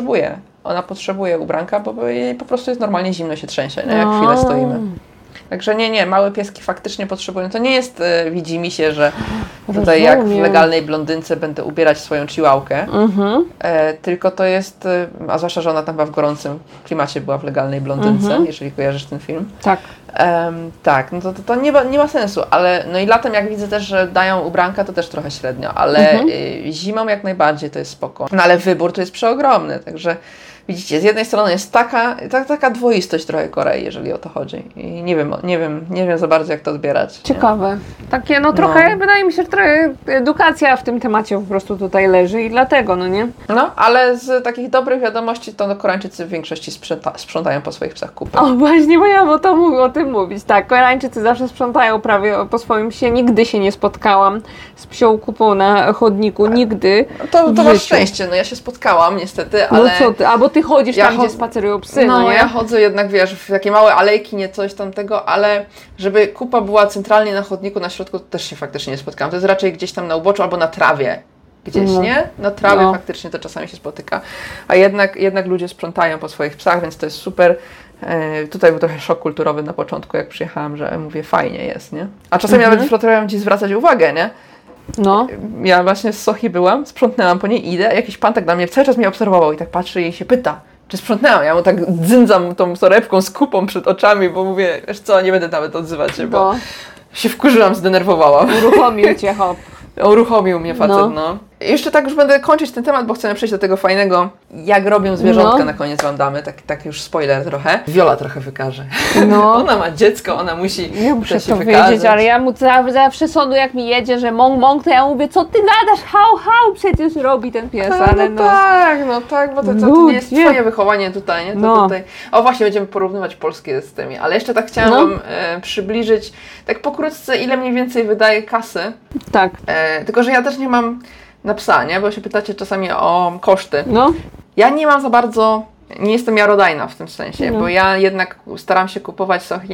Speaker 3: ona potrzebuje ubranka, bo jej po prostu jest normalnie zimno, się trzęsie, nie? Jak chwilę stoimy. Także nie, małe pieski faktycznie potrzebują. To nie jest, widzi mi się, że tutaj jak w legalnej blondynce będę ubierać swoją chihuahkę, tylko to jest, a zwłaszcza, że ona tam była w gorącym klimacie, była w legalnej blondynce, jeżeli kojarzysz ten film.
Speaker 1: Tak.
Speaker 3: Tak, no to nie ma sensu, ale no i latem jak widzę też, że dają ubranka, to też trochę średnio, ale zimą jak najbardziej to jest spoko. No ale wybór tu jest przeogromny, także widzicie, z jednej strony jest taka dwoistość trochę Korei, jeżeli o to chodzi. I nie wiem za bardzo, jak to odbierać.
Speaker 1: Ciekawe. Takie, no trochę, wydaje mi się, że trochę edukacja w tym temacie po prostu tutaj leży i dlatego, no nie?
Speaker 3: No, ale z takich dobrych wiadomości to Koreańczycy w większości sprzątają po swoich psach kupy.
Speaker 1: O właśnie, bo ja o tym mówić. Tak, Koreańczycy zawsze sprzątają prawie po swoim psie. Nigdy się nie spotkałam z psią kupą na chodniku, nigdy.
Speaker 3: To masz szczęście, no ja się spotkałam niestety, ale...
Speaker 1: No co ty, albo ty chodzisz tam, gdzie spacerują psy, no nie?
Speaker 3: Ja chodzę jednak, wiesz, w takie małe alejki, nie coś tamtego, ale żeby kupa była centralnie na chodniku, na środku, to też się faktycznie nie spotkałam. To jest raczej gdzieś tam na uboczu albo na trawie. Gdzieś, nie? Na trawie faktycznie to czasami się spotyka. A jednak ludzie sprzątają po swoich psach, więc to jest super. Tutaj był trochę szok kulturowy na początku, jak przyjechałam, że mówię, fajnie jest, nie? A czasami nawet potrafią ci zwracać uwagę, nie?
Speaker 1: No.
Speaker 3: Ja właśnie z Sochi byłam, sprzątnęłam po niej, idę, a jakiś pan tak na mnie cały czas mnie obserwował i tak patrzy i się pyta, czy sprzątnęłam. Ja mu tak dzyndzam tą torebką z kupą przed oczami, bo mówię, wiesz co, nie będę nawet odzywać się, bo się wkurzyłam, zdenerwowałam.
Speaker 1: Uruchomił cię, hop.
Speaker 3: Uruchomił mnie facet, no. Jeszcze tak już będę kończyć ten temat, bo chcemy przejść do tego fajnego, jak robią zwierzątka, na koniec wam damy, tak już spoiler trochę. Viola trochę wykaże.
Speaker 1: No.
Speaker 3: Ona ma dziecko, ona musi
Speaker 1: Ja muszę
Speaker 3: się
Speaker 1: to wiedzieć, ale ja mu zawsze sądu, jak mi jedzie, że mąk, to ja mówię, co ty gadasz, hał, przecież robi ten pies, ale no.
Speaker 3: Tak, bo to nie jest twoje wychowanie tutaj, nie? To tutaj. O właśnie, będziemy porównywać polskie z tymi, ale jeszcze tak chciałam wam przybliżyć, tak pokrótce, ile mniej więcej wydaje kasy.
Speaker 1: Tak.
Speaker 3: Tylko, że ja też nie mam na psa, nie? Bo się pytacie czasami o koszty.
Speaker 1: No.
Speaker 3: Ja nie mam za bardzo, nie jestem miarodajna w tym sensie, bo ja jednak staram się kupować Sochi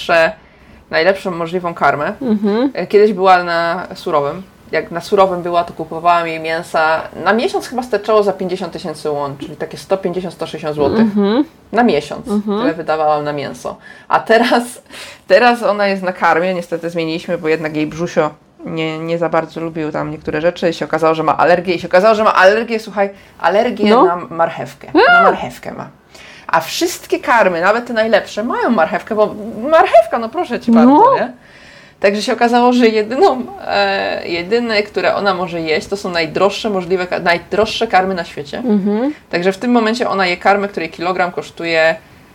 Speaker 3: najlepszą możliwą karmę. Kiedyś była na surowym. Jak na surowym była, to kupowałam jej mięsa. Na miesiąc chyba starczało za 50 000 won, czyli takie 150-160 zł. Na miesiąc. Tyle wydawałam na mięso. A teraz ona jest na karmie. Niestety zmieniliśmy, bo jednak jej brzusio nie za bardzo lubił tam niektóre rzeczy. Się okazało, że ma alergię. Słuchaj, alergię na marchewkę. Na marchewkę ma. A wszystkie karmy, nawet te najlepsze, mają marchewkę, bo marchewka, no proszę Cię bardzo, nie? Także się okazało, że jedyne, które ona może jeść, to są najdroższe karmy na świecie. Także w tym momencie ona je karmy, której kilogram kosztuje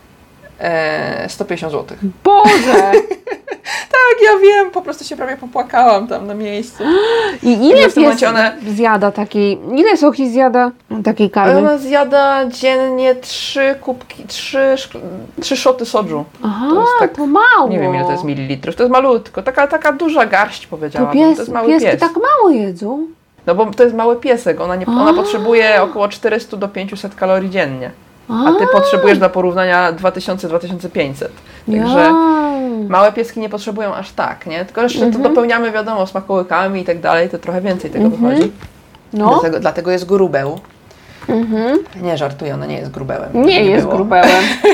Speaker 3: 150 zł.
Speaker 1: Boże!
Speaker 3: Tak, ja wiem, po prostu się prawie popłakałam tam na miejscu.
Speaker 1: I ile zjada takiej, ile Sochi zjada takiej karmy?
Speaker 3: Ona zjada dziennie 3 szoty soju.
Speaker 1: Aha,
Speaker 3: to jest tak,
Speaker 1: to mało.
Speaker 3: Nie wiem, ile to jest mililitrów, to jest malutko, taka duża garść, powiedziałabym. To jest mały
Speaker 1: pieski
Speaker 3: pies.
Speaker 1: Tak mało jedzą?
Speaker 3: No bo to jest mały piesek, ona potrzebuje około 400 do 500 kalorii dziennie. A ty potrzebujesz dla porównania 2000-2500. Także małe pieski nie potrzebują aż tak, nie? Tylko jeszcze to dopełniamy, wiadomo, smakołykami i tak dalej, to trochę więcej tego wychodzi. No. Dlatego jest grubeł. Nie żartuję, ona nie jest grubełem.
Speaker 1: Nie jest grubełem.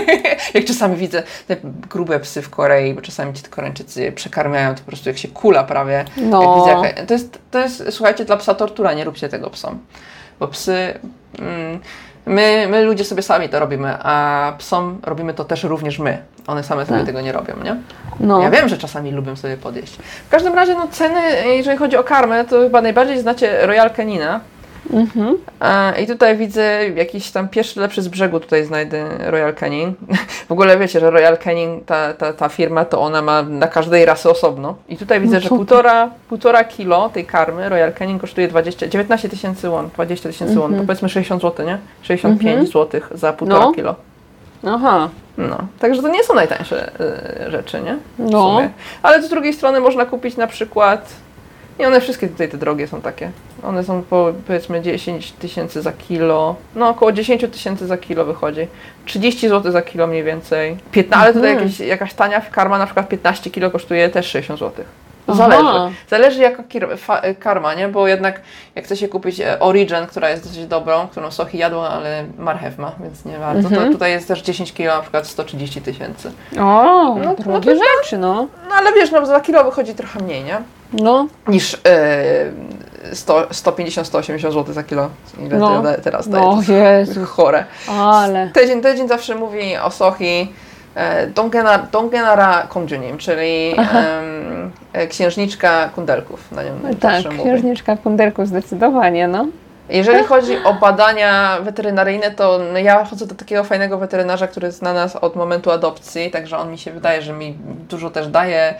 Speaker 3: Jak czasami widzę te grube psy w Korei, bo czasami ci Koreańczycy przekarmiają, to po prostu jak się kula prawie.
Speaker 1: No.
Speaker 3: Jak widzę, to jest, słuchajcie, dla psa tortura, nie róbcie tego psom. Bo psy... My ludzie sobie sami to robimy, a psom robimy to też również my. One same sobie tego nie robią, nie?
Speaker 1: No.
Speaker 3: Ja wiem, że czasami lubią sobie podjeść. W każdym razie, no ceny, jeżeli chodzi o karmę, to chyba najbardziej znacie Royal Canina. I tutaj widzę jakiś tam pierwszy lepszy z brzegu tutaj znajdę Royal Canin. W ogóle wiecie, że Royal Canin, ta firma, to ona ma na każdej rasy osobno. I tutaj widzę, że półtora kilo tej karmy Royal Canin kosztuje 19 tysięcy won, 20 tysięcy won, to powiedzmy 60 zł, nie? 65 zł za półtora kilo.
Speaker 1: Aha.
Speaker 3: No, także to nie są najtańsze rzeczy, nie? W
Speaker 1: No.
Speaker 3: sumie. Ale z drugiej strony można kupić na przykład... Nie, one wszystkie tutaj te drogie są takie. One są powiedzmy 10 tysięcy za kilo. No około 10 tysięcy za kilo wychodzi. 30 zł za kilo mniej więcej. Ale tutaj jakaś tania karma, na przykład 15 kilo kosztuje też 60 zł. Zależy. Zależy jaka karma, nie? Bo jednak jak chce się kupić Origin, która jest dosyć dobrą, którą Sohi jadła, ale marchew ma, więc nie bardzo. To tutaj jest też 10 kilo, na przykład 130 tysięcy.
Speaker 1: O, no, drogie rzeczy, no.
Speaker 3: No ale wiesz, no za kilo wychodzi trochę mniej, nie?
Speaker 1: No.
Speaker 3: Niż 150-180 zł za kilo. Ile teraz daje?
Speaker 1: No, Jezu.
Speaker 3: Chore.
Speaker 1: Ale.
Speaker 3: Tydzień zawsze mówi o Sohi Donggenara Komjunim, czyli księżniczka kundelków. Na nią
Speaker 1: Tak, księżniczka kundelków zdecydowanie, no.
Speaker 3: Jeżeli chodzi o badania weterynaryjne, to ja chodzę do takiego fajnego weterynarza, który jest na nas od momentu adopcji, także on mi się wydaje, że mi dużo też daje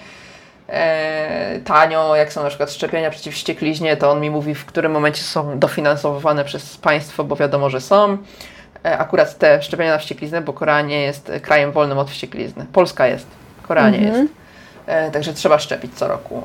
Speaker 3: tanio, jak są na przykład szczepienia przeciw wściekliźnie, to on mi mówi, w którym momencie są dofinansowane przez państwo, bo wiadomo, że są. Akurat te szczepienia na wściekliznę, bo Korea nie jest krajem wolnym od wścieklizny. Polska jest, Korea nie jest. Także trzeba szczepić co roku.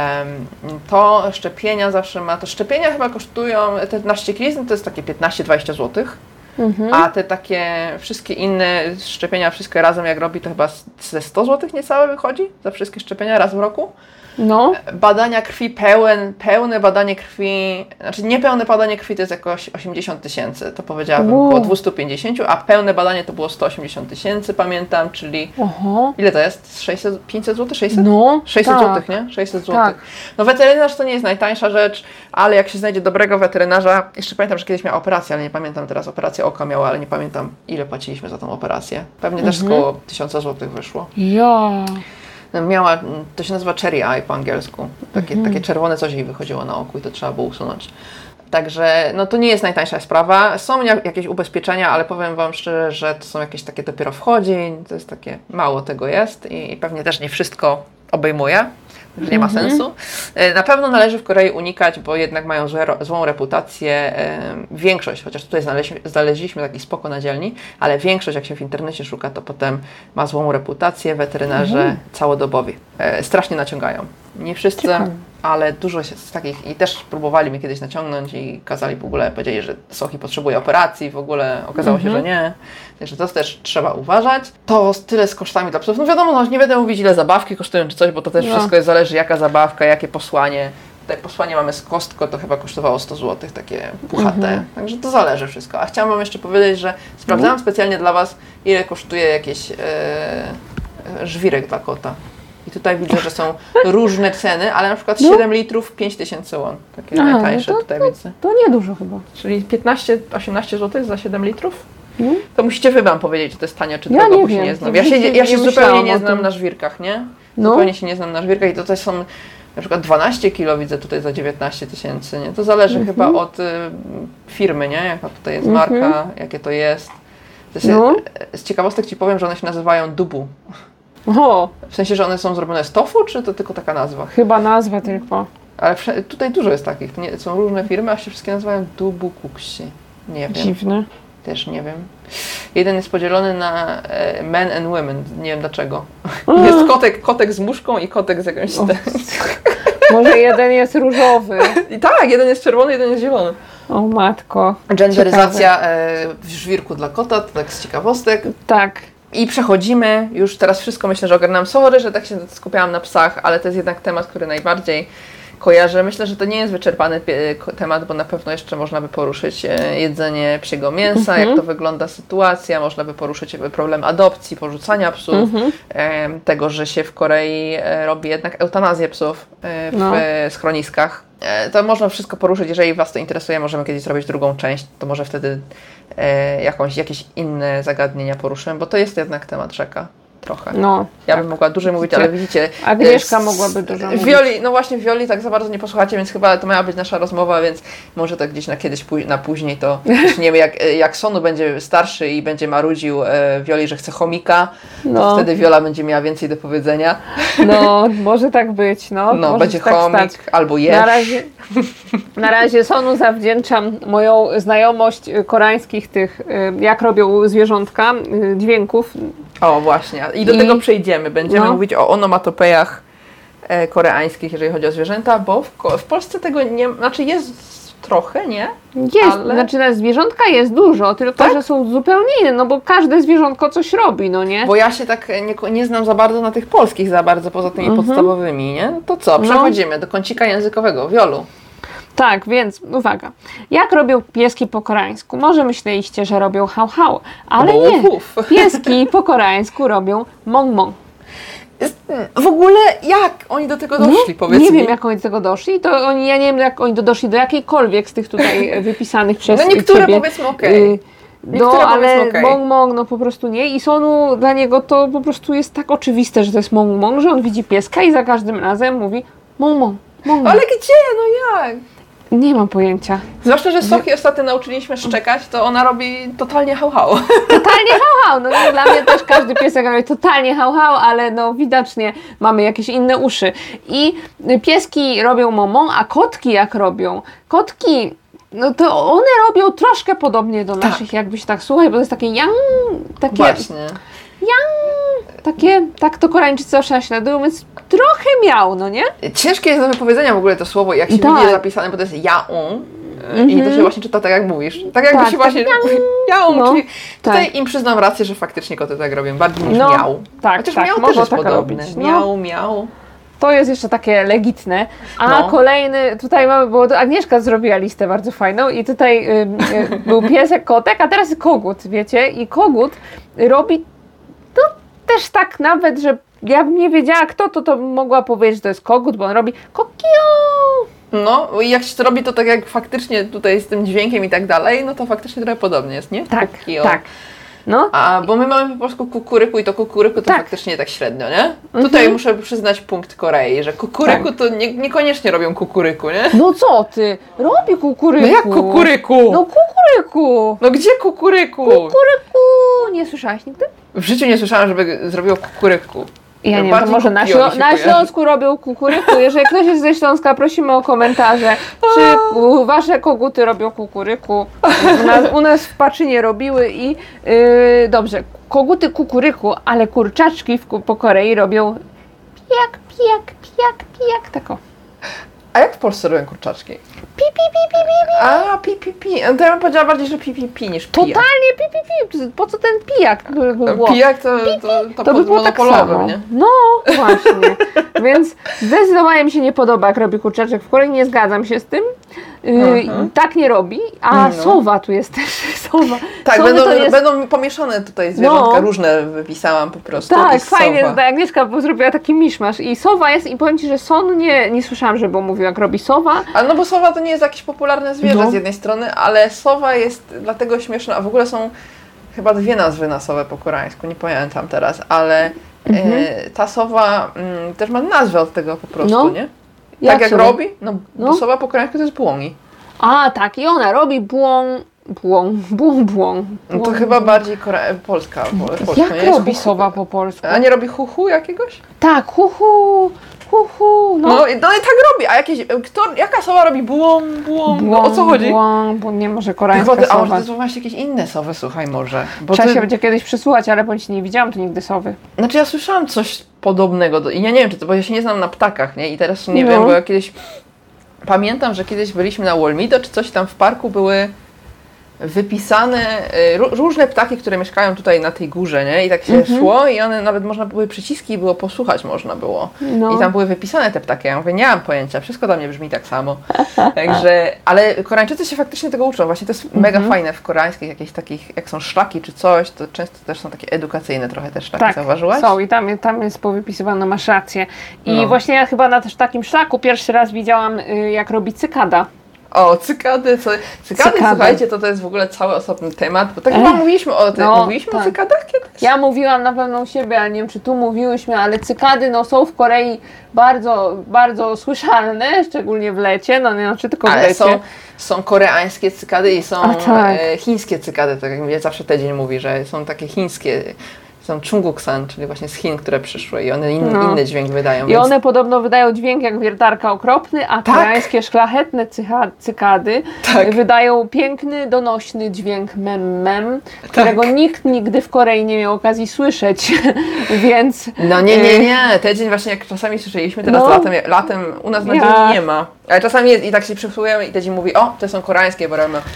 Speaker 3: To szczepienia zawsze ma, to szczepienia chyba kosztują, te na wściekliznę to jest takie 15-20 zł. A te takie wszystkie inne szczepienia, wszystkie razem jak robi, to chyba ze 100 zł niecałe wychodzi za wszystkie szczepienia raz w roku.
Speaker 1: No.
Speaker 3: Badania krwi, pełne badanie krwi, znaczy niepełne badanie krwi to jest jakoś 80 tysięcy, to powiedziałabym około 250, a pełne badanie to było 180 tysięcy, pamiętam, czyli ile to jest? 600, 500 zł? 600?
Speaker 1: No,
Speaker 3: 600
Speaker 1: tak.
Speaker 3: zł, nie? 600 zł.
Speaker 1: Tak.
Speaker 3: No weterynarz to nie jest najtańsza rzecz, ale jak się znajdzie dobrego weterynarza, jeszcze pamiętam, że kiedyś miała operację, ale nie pamiętam teraz, operację oka miała, ale nie pamiętam ile płaciliśmy za tą operację. Pewnie też około 1000 zł wyszło.
Speaker 1: Ja.
Speaker 3: Miała, to się nazywa cherry eye po angielsku. Takie czerwone coś jej wychodziło na oku i to trzeba było usunąć. Także no to nie jest najtańsza sprawa. Są jakieś ubezpieczenia, ale powiem Wam szczerze, że to są jakieś takie dopiero wchodzi, to jest takie, mało tego jest i pewnie też nie wszystko obejmuje, że nie ma sensu. Na pewno należy w Korei unikać, bo jednak mają złą reputację. Większość, chociaż tutaj znaleźliśmy taki spoko na dzielni, ale większość, jak się w internecie szuka, to potem ma złą reputację. Weterynarze całodobowi. Strasznie naciągają. Nie wszyscy, ale dużo jest takich i też próbowali mnie kiedyś naciągnąć i kazali w ogóle, powiedzieli, że Sohi potrzebuje operacji, w ogóle okazało się, że nie. Także to też trzeba uważać. To tyle z kosztami dla psów. No wiadomo, no, nie będę mówić, ile zabawki kosztują czy coś, bo to też wszystko zależy, jaka zabawka, jakie posłanie. Tutaj posłanie mamy z Costco, to chyba kosztowało 100 zł, takie puchate. Także to zależy wszystko. A chciałam Wam jeszcze powiedzieć, że sprawdzałam specjalnie dla Was, ile kosztuje jakiś żwirek dla kota. I tutaj widzę, że są różne ceny, ale na przykład 7 litrów 5000 won. Takie najtańsze tutaj widzę.
Speaker 1: To niedużo chyba.
Speaker 3: Czyli 15-18 zł za 7 litrów? To musicie Wy Wam powiedzieć, czy to jest tanie, czy drogo,
Speaker 1: nie
Speaker 3: bo się
Speaker 1: wiem.
Speaker 3: nie znam. Ja się zupełnie nie znam
Speaker 1: tym.
Speaker 3: na żwirkach, nie? Zupełnie się nie znam na żwirkach i tutaj są na przykład 12 kilo widzę tutaj za 19 tysięcy, nie? To zależy chyba od firmy, nie? Jaka tutaj jest marka, jakie to jest. Z ciekawostek Ci powiem, że one się nazywają dubu. W sensie, że one są zrobione z tofu, czy to tylko taka nazwa?
Speaker 1: Chyba nazwa tylko.
Speaker 3: Ale tutaj dużo jest takich. To nie, są różne firmy, a się wszystkie nazywają dubu kuksi. Nie wiem.
Speaker 1: Dziwne.
Speaker 3: Też nie wiem. Jeden jest podzielony na men and women. Nie wiem dlaczego. Jest kotek z muszką i kotek z jakąś...
Speaker 1: Może jeden jest różowy.
Speaker 3: I tak, jeden jest czerwony, jeden jest zielony.
Speaker 1: O matko.
Speaker 3: Genderyzacja w żwirku dla kota, to tak z ciekawostek.
Speaker 1: Tak.
Speaker 3: I przechodzimy, już teraz wszystko myślę, że ogarnęłam. Sorry, że tak się skupiałam na psach, ale to jest jednak temat, który najbardziej kojarzę. Myślę, że to nie jest wyczerpany temat, bo na pewno jeszcze można by poruszyć jedzenie psiego mięsa, jak to wygląda sytuacja, można by poruszyć problem adopcji, porzucania psów, tego, że się w Korei robi jednak eutanazję psów w schroniskach. To można wszystko poruszyć, jeżeli Was to interesuje, możemy kiedyś zrobić drugą część, to może wtedy jakieś inne zagadnienia poruszymy, bo to jest jednak temat rzeka. Trochę.
Speaker 1: No,
Speaker 3: ja bym mogła dłużej mówić, ale widzicie...
Speaker 1: Agnieszka mogłaby dużo mówić.
Speaker 3: Wioli tak za bardzo nie posłuchacie, więc chyba to miała być nasza rozmowa, więc może to gdzieś na kiedyś, na później to... Nie wiem, jak Sonu będzie starszy i będzie marudził Wioli, że chce chomika, to wtedy Wiola będzie miała więcej do powiedzenia.
Speaker 1: No, może tak być,
Speaker 3: No, będzie tak chomik, albo jesz.
Speaker 1: Na razie Sonu zawdzięczam moją znajomość koreańskich tych, jak robią zwierzątka, dźwięków.
Speaker 3: O, właśnie. I do tego przejdziemy. Będziemy mówić o onomatopejach koreańskich, jeżeli chodzi o zwierzęta, bo w Polsce tego nie... Znaczy jest trochę, nie?
Speaker 1: Jest. Ale... Znaczy na zwierzątka jest dużo, tylko że są zupełnie inne, no bo każde zwierzątko coś robi, no nie?
Speaker 3: Bo ja się tak nie znam za bardzo na tych polskich, poza tymi podstawowymi, nie? No to co? Przechodzimy do kącika językowego. Wiolu.
Speaker 1: Tak, więc uwaga. Jak robią pieski po koreańsku? Może myśleliście, że robią hał hał, ale nie. Pieski po koreańsku robią mong mong.
Speaker 3: W ogóle jak oni do tego doszli, powiedz mi?
Speaker 1: Nie wiem, jak oni do tego doszli. Ja nie wiem, jak oni doszli do jakiejkolwiek z tych tutaj wypisanych przez ciebie.
Speaker 3: No niektóre powiedzmy okej.
Speaker 1: Ale mong mong, po prostu nie. I Sonu, dla niego to po prostu jest tak oczywiste, że to jest mong mong, że on widzi pieska i za każdym razem mówi mong mong, mong mong.
Speaker 3: Ale gdzie? No jak?
Speaker 1: Nie mam pojęcia.
Speaker 3: Zwłaszcza, że Soki ostatnio nauczyliśmy szczekać, to ona robi totalnie hał-hał.
Speaker 1: Totalnie hał-hał. No dla mnie też każdy piesek robi totalnie hał-hał, ale widocznie mamy jakieś inne uszy. I pieski robią momą, a kotki jak robią? Kotki, to one robią troszkę podobnie do naszych, jakbyś tak słuchaj, bo to jest takie yang, takie...
Speaker 3: Właśnie.
Speaker 1: Yang, tak to Koreańczycy zawsze naśladują, więc trochę miał, no nie?
Speaker 3: Ciężkie jest do wypowiedzenia w ogóle to słowo, jak się widzi zapisane, bo to jest jaung i to się właśnie czyta tak jak mówisz. Tak jakby się właśnie jaung, czyli tutaj im przyznam rację, że faktycznie koty tak robią, bardziej niż miał. Chociaż miał też jest podobne. Miał.
Speaker 1: To jest jeszcze takie legitne. A kolejny, tutaj mamy, bo Agnieszka zrobiła listę bardzo fajną i tutaj był piesek, kotek, a teraz kogut, wiecie? I kogut robi też tak nawet, że ja bym nie wiedziała kto, to mogła powiedzieć, że to jest kogut, bo on robi kokio.
Speaker 3: No i jak się to robi, to tak jak faktycznie tutaj z tym dźwiękiem i tak dalej, no to faktycznie trochę podobnie jest, nie?
Speaker 1: Tak,
Speaker 3: kokio.
Speaker 1: Tak. No.
Speaker 3: Bo my mamy po polsku kukuryku i to kukuryku to faktycznie tak średnio, nie? Tutaj muszę przyznać punkt Korei, że kukuryku to niekoniecznie robią kukuryku, nie?
Speaker 1: No co ty? Robi kukuryku.
Speaker 3: No jak kukuryku?
Speaker 1: No kukuryku.
Speaker 3: No gdzie kukuryku?
Speaker 1: Kukuryku. Nie słyszałaś nigdy?
Speaker 3: W życiu nie słyszałam, żeby zrobiło kukuryku.
Speaker 1: Ja nie wiem, to może na Śląsku robią kukuryku. Jeżeli ktoś jest ze Śląska, prosimy o komentarze, czy wasze koguty robią kukuryku. U nas w Paczynie robiły i dobrze, koguty kukuryku, ale kurczaczki po Korei robią pijak, pijak, pijak, pijak, tako.
Speaker 3: A jak w Polsce robią kurczaczki?
Speaker 1: Pi, pi, pi, pi, pi, pi.
Speaker 3: A, pi, pi, pi. To ja bym powiedziała bardziej, że pi, pi, pi niż pijak.
Speaker 1: Totalnie pi, pi, pi. Po co ten pijak?
Speaker 3: Pijak to
Speaker 1: by było tak samo.
Speaker 3: Nie?
Speaker 1: No, właśnie. Więc zdecydowanie mi się nie podoba, jak robi kurczaczek w Korei. Nie zgadzam się z tym. Tak nie robi. A sowa tu jest też. Sowa.
Speaker 3: Tak, będą pomieszane tutaj zwierzątka. Różne wypisałam po prostu.
Speaker 1: Tak, fajnie. Agnieszka zrobiła taki miszmasz. I sowa jest, i powiem Ci, że Son nie słyszałam, żeby mówił, jak robi sowa.
Speaker 3: Ale no bo sowa to nie jest jakieś popularne zwierzę z jednej strony, ale sowa jest dlatego śmieszna, a w ogóle są chyba dwie nazwy na sowę po koreańsku, nie pamiętam teraz, ale ta sowa też ma nazwę od tego po prostu, nie? Tak jak robi? Bo sowa po koreańsku to jest błągi.
Speaker 1: A, tak, i ona robi błąg.
Speaker 3: No to chyba bardziej polska.
Speaker 1: Jak robi sowa po polsku?
Speaker 3: A nie robi hu jakiegoś?
Speaker 1: Tak, hu.
Speaker 3: No i tak robi, a jaka sowa robi błąg? No, o co chodzi?
Speaker 1: Bo nie może koreańska sowa.
Speaker 3: A może to są właśnie jakieś inne sowy, słuchaj może.
Speaker 1: Trzeba się będzie kiedyś przysłuchać, ale bądź nie widziałam tu nigdy sowy.
Speaker 3: Znaczy ja słyszałam coś podobnego i ja nie wiem, czy to, bo ja się nie znam na ptakach, nie? I teraz nie wiem, bo ja kiedyś pamiętam, że kiedyś byliśmy na Wolmido, czy coś tam w parku były wypisane różne ptaki, które mieszkają tutaj na tej górze, nie? I tak się szło i one nawet można były przyciski i było posłuchać można było.
Speaker 1: No.
Speaker 3: I tam były wypisane te ptaki. Ja mówię, nie mam pojęcia, wszystko dla mnie brzmi tak samo. Także, ale Koreańczycy się faktycznie tego uczą. Właśnie to jest mega fajne w koreańskich jakichś takich, jak są szlaki czy coś, to często też są takie edukacyjne trochę te szlaki,
Speaker 1: Tak,
Speaker 3: zauważyłaś?
Speaker 1: są i tam jest powypisywane, masz rację. I
Speaker 3: No.
Speaker 1: właśnie ja chyba na też takim szlaku pierwszy raz widziałam, jak robi cykada.
Speaker 3: O, cykady, słuchajcie, to jest w ogóle cały osobny temat, bo tak chyba mówiliśmy o tym, mówiliśmy o cykadach kiedyś?
Speaker 1: Ja mówiłam na pewno u siebie, ale nie wiem, czy tu mówiłyśmy, ale cykady są w Korei bardzo, bardzo słyszalne, szczególnie w lecie, no nie znaczy tylko w
Speaker 3: Ale
Speaker 1: lecie.
Speaker 3: są koreańskie cykady i są
Speaker 1: tak.
Speaker 3: chińskie cykady, tak jak mnie zawsze Tydzień mówi, że są takie chińskie, są Chunguksan, czyli właśnie z Chin, które przyszły i one inny dźwięk wydają.
Speaker 1: I
Speaker 3: więc...
Speaker 1: one podobno wydają dźwięk jak wiertarka okropny, a koreańskie szlachetne cykady wydają piękny, donośny dźwięk mem, którego nikt nigdy w Korei nie miał okazji słyszeć, więc...
Speaker 3: No nie, Tydzień właśnie jak czasami słyszeliśmy, teraz latem u nas na dzień nie ma, ale czasami jest i tak się przysłuchujemy i Tydzień mówi, o, to są koreańskie, bo robią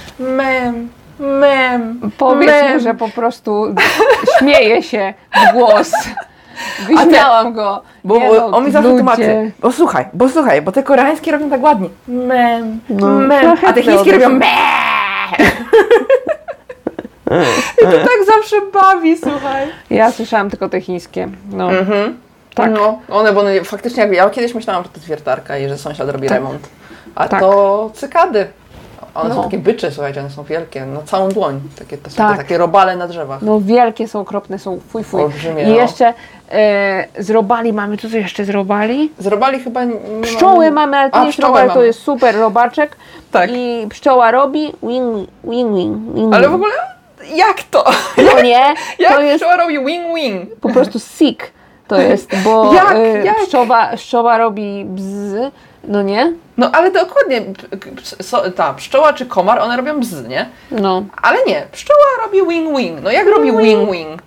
Speaker 3: mem.
Speaker 1: Powiedzmy, że po prostu śmieje się w głos. Wyśmiałam go.
Speaker 3: Bo on mi zawsze tłumaczy. Bo słuchaj, bo te koreańskie robią tak ładnie. Mem. A te chińskie robią me. I to tak zawsze bawi, słuchaj.
Speaker 1: Ja słyszałam tylko te chińskie. No.
Speaker 3: Tak. No, bo one faktycznie, ja kiedyś myślałam, że to jest wiertarka i że sąsiad robi remont. A to cykady. One są takie bycze, słuchajcie, one są wielkie, na całą dłoń. To są takie robale na drzewach.
Speaker 1: No wielkie są, okropne są, fuj.
Speaker 3: Olbrzymie,
Speaker 1: I jeszcze z robali mamy, co jeszcze z robali?
Speaker 3: Z robali chyba nie
Speaker 1: pszczoły mamy, ale to nie jest robal, to jest super robaczek.
Speaker 3: Tak.
Speaker 1: I pszczoła robi wing.
Speaker 3: Ale w ogóle, jak to?
Speaker 1: No nie,
Speaker 3: jak
Speaker 1: to jest
Speaker 3: pszczoła robi wing?
Speaker 1: po prostu sick to jest, bo
Speaker 3: jak?
Speaker 1: Pszczoła robi bzz, no nie?
Speaker 3: No ale dokładnie, ta pszczoła czy komar, one robią bzz, nie?
Speaker 1: No.
Speaker 3: Ale nie, pszczoła robi wing. No jak robi wing?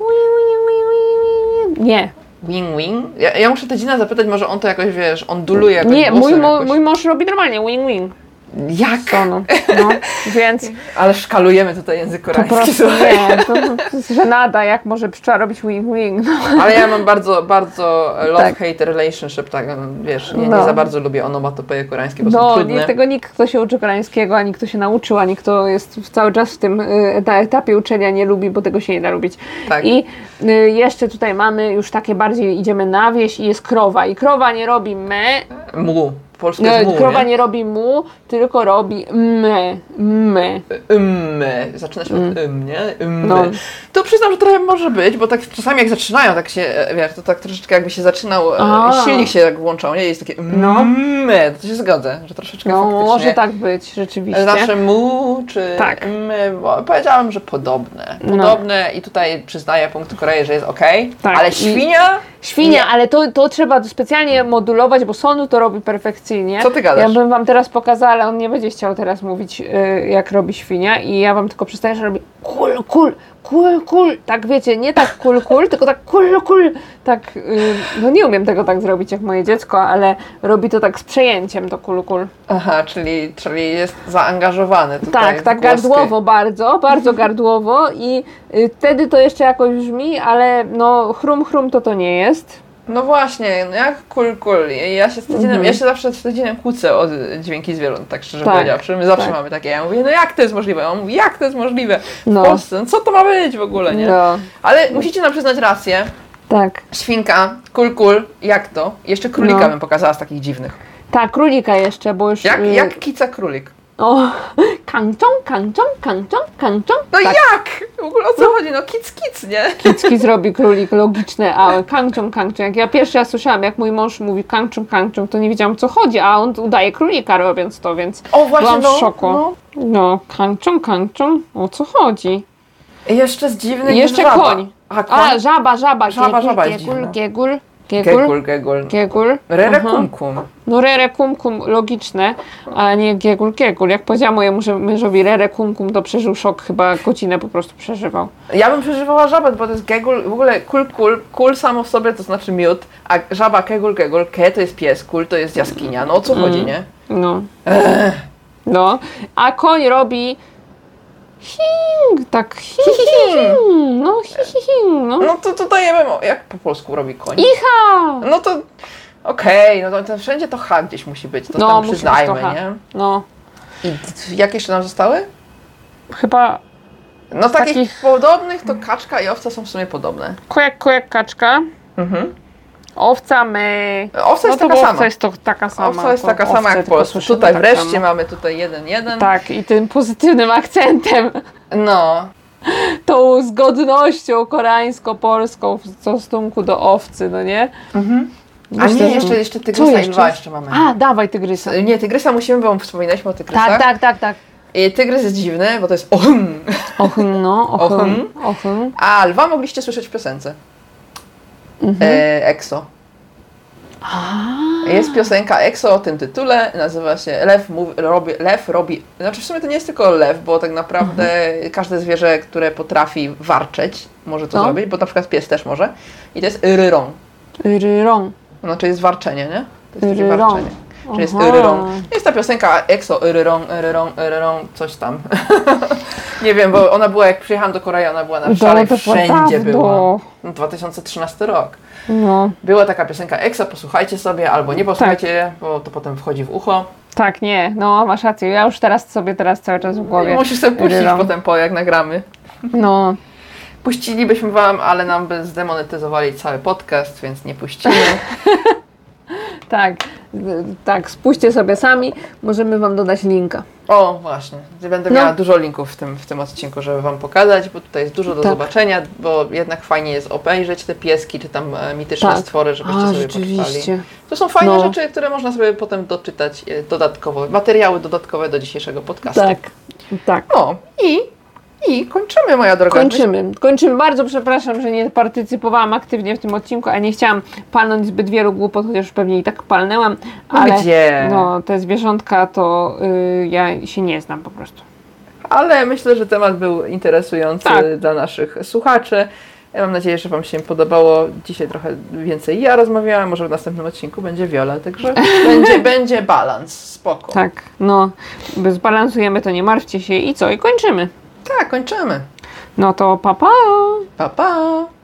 Speaker 1: Nie.
Speaker 3: Wing? Ja muszę Tydzina zapytać, może on to jakoś, wiesz, onduluje jakoś
Speaker 1: nie,
Speaker 3: głosem
Speaker 1: mój mąż robi normalnie wing.
Speaker 3: Jak?
Speaker 1: No, więc...
Speaker 3: Ale szkalujemy tutaj język koreański.
Speaker 1: Po prostu nie, to jest żenada, jak może pszczoła robić wing. No.
Speaker 3: Ale ja mam bardzo, bardzo love-hate relationship, tak, wiesz, nie za bardzo lubię onomatopeje koreańskie, bo są trudne.
Speaker 1: No, tego nikt, kto się uczy koreańskiego, ani kto się nauczył, ani kto jest cały czas w tym na etapie uczenia nie lubi, bo tego się nie da lubić.
Speaker 3: Tak.
Speaker 1: I jeszcze tutaj mamy już takie bardziej, idziemy na wieś i jest krowa. I krowa nie robi me.
Speaker 3: Mu. Polskie jest mu,
Speaker 1: krowa nie robi mu, tylko robi me.
Speaker 3: Zaczyna się od nie? No. To przyznam, że trochę może być, bo tak czasami jak zaczynają, tak się, wiesz, to tak troszeczkę jakby się zaczynał, silnik się tak włączał, nie? Jest takie to się zgodzę, że troszeczkę faktycznie.
Speaker 1: Może tak być, rzeczywiście.
Speaker 3: Zawsze mu, czy bo powiedziałam, że podobne i tutaj przyznaję punkt Korei, że jest okej, ale świnia,
Speaker 1: ale to trzeba specjalnie modulować, bo Sonu to robi perfekcyjnie.
Speaker 3: Co ty gadasz?
Speaker 1: Ja bym wam teraz pokazała, ale on nie będzie chciał teraz mówić, jak robi świnia i ja wam tylko przedstawię, że robi kul, tak wiecie, nie tak kul, tylko tak kul, tak, no nie umiem tego tak zrobić jak moje dziecko, ale robi to tak z przejęciem, to kul.
Speaker 3: Aha, czyli jest zaangażowany tutaj.
Speaker 1: Tak gardłowo, bardzo gardłowo i wtedy to jeszcze jakoś brzmi, ale no chrum to nie jest.
Speaker 3: No właśnie, no jak kul. Ja się ja się zawsze z Tydzinem kłócę o dźwięki zwierząt, tak szczerze powiedziawszy. My zawsze mamy takie, ja mówię, no jak to jest możliwe? On mówi, jak to jest możliwe w Polsce? No co to ma być w ogóle, nie?
Speaker 1: No.
Speaker 3: Ale musicie nam przyznać rację.
Speaker 1: Tak.
Speaker 3: Świnka, kul, jak to? Jeszcze królika bym pokazała z takich dziwnych.
Speaker 1: Tak, królika jeszcze, bo już...
Speaker 3: Jak kica królik?
Speaker 1: O, kangczong.
Speaker 3: No tak. Jak? W ogóle o co chodzi? No kic, nie?
Speaker 1: Kicki zrobi królik, logiczne, a kangczong. Jak ja pierwszy raz słyszałam, jak mój mąż mówi kangczong, to nie wiedziałam o co chodzi, a on udaje królika robiąc to, więc byłam w szoku. No, kangczong, o co chodzi?
Speaker 3: I jeszcze z dziwnych
Speaker 1: jeszcze
Speaker 3: żaba.
Speaker 1: koń. Żaba. Giegul.
Speaker 3: Rere kumkum.
Speaker 1: No rere kumkum, logiczne, a nie giegul. Jak powiedziałam mojemu mężowi rere kumkum, to przeżył szok, chyba godzinę po prostu przeżywał.
Speaker 3: Ja bym przeżywała żabę, bo to jest gegul, w ogóle kul samo w sobie to znaczy miód, a żaba gegul, ke to jest pies, kul to jest jaskinia. No o co chodzi, nie?
Speaker 1: No, a koń robi Tak, hing, no hing, no.
Speaker 3: No to dajemy, jak po polsku robi koń?
Speaker 1: Icha!
Speaker 3: No to okej, no to wszędzie to H gdzieś musi być, to tam
Speaker 1: musi
Speaker 3: przyznajmy,
Speaker 1: być to H.
Speaker 3: nie?
Speaker 1: No,
Speaker 3: I jak jeszcze nam zostały?
Speaker 1: chyba
Speaker 3: No takich
Speaker 1: takich-
Speaker 3: podobnych to kaczka i owca są w sumie podobne.
Speaker 1: kojak, kaczka.
Speaker 3: Mhm.
Speaker 1: Owca, my.
Speaker 3: Owca jest
Speaker 1: to
Speaker 3: taka
Speaker 1: bo
Speaker 3: sama.
Speaker 1: Owca jest to taka sama.
Speaker 3: Owca jest
Speaker 1: to
Speaker 3: taka sama
Speaker 1: owce
Speaker 3: jak w
Speaker 1: tylko
Speaker 3: Polsce.
Speaker 1: słyszymy
Speaker 3: Tutaj
Speaker 1: tak
Speaker 3: wreszcie
Speaker 1: samo.
Speaker 3: mamy tutaj 1-1.
Speaker 1: Tak, i tym pozytywnym akcentem,
Speaker 3: No.
Speaker 1: tą zgodnością koreańsko-polską w stosunku do owcy, no nie?
Speaker 3: A
Speaker 1: Myślę,
Speaker 3: nie,
Speaker 1: że-
Speaker 3: jeszcze
Speaker 1: Co
Speaker 3: tygrysa i lwa jeszcze mamy.
Speaker 1: A, dawaj tygrysa.
Speaker 3: Nie, tygrysa musimy, bo wspominaliśmy o tygrysach.
Speaker 1: Tak.
Speaker 3: I tygrys jest dziwny, bo to jest ochm.
Speaker 1: Ochym, no, ochym.
Speaker 3: A lwa mogliście słyszeć w piosence. EXO. Jest piosenka EXO o tym tytule, nazywa się Lew robi, znaczy w sumie to nie jest tylko lew, bo tak naprawdę każde zwierzę, które potrafi warczeć, może to zrobić, bo na przykład pies też może. I to jest ryrong.
Speaker 1: Ryrong.
Speaker 3: No, czyli jest warczenie, nie? To jest takie
Speaker 1: Ryrong.
Speaker 3: warczenie. Czyli jest
Speaker 1: Aha.
Speaker 3: ryrong. Jest ta piosenka EXO, ryrong, coś tam. Nie wiem, bo ona była, jak przyjechałam do Korei, ona była na szale,
Speaker 1: to
Speaker 3: wszędzie
Speaker 1: dawno.
Speaker 3: była. No, 2013 rok.
Speaker 1: No,
Speaker 3: Była taka piosenka EXO, posłuchajcie sobie, albo nie posłuchajcie, bo to potem wchodzi w ucho.
Speaker 1: tak, nie, no masz rację, ja już teraz cały czas w głowie.
Speaker 3: Musisz sobie puścić
Speaker 1: Ryrong.
Speaker 3: potem jak nagramy.
Speaker 1: No,
Speaker 3: Puścilibyśmy wam, ale nam by zdemonetyzowali cały podcast, więc nie puścimy.
Speaker 1: tak, spójrzcie sobie sami, możemy wam dodać linka.
Speaker 3: O, właśnie. Będę miała dużo linków w tym odcinku, żeby wam pokazać, bo tutaj jest dużo do zobaczenia, bo jednak fajnie jest obejrzeć te pieski, czy tam mityczne stwory, żebyście sobie poczytali.
Speaker 1: rzeczywiście.
Speaker 3: To są fajne rzeczy, które można sobie potem doczytać dodatkowo, materiały dodatkowe do dzisiejszego podcastu.
Speaker 1: Tak.
Speaker 3: No i kończymy, moja droga.
Speaker 1: Kończymy. Bardzo przepraszam, że nie partycypowałam aktywnie w tym odcinku, a nie chciałam palnąć zbyt wielu głupot, chociaż już pewnie i tak palnęłam. Ale
Speaker 3: Gdzie?
Speaker 1: no, te zwierzątka to ja się nie znam po prostu.
Speaker 3: Ale myślę, że temat był interesujący
Speaker 1: Tak.
Speaker 3: dla naszych słuchaczy. Ja mam nadzieję, że wam się podobało. Dzisiaj trochę więcej ja rozmawiałam, może w następnym odcinku będzie Wiola, także będzie balans, spoko.
Speaker 1: Tak, no, zbalansujemy to, nie martwcie się i co? I kończymy.
Speaker 3: Tak, kończymy.
Speaker 1: No to pa.
Speaker 3: Pa, pa.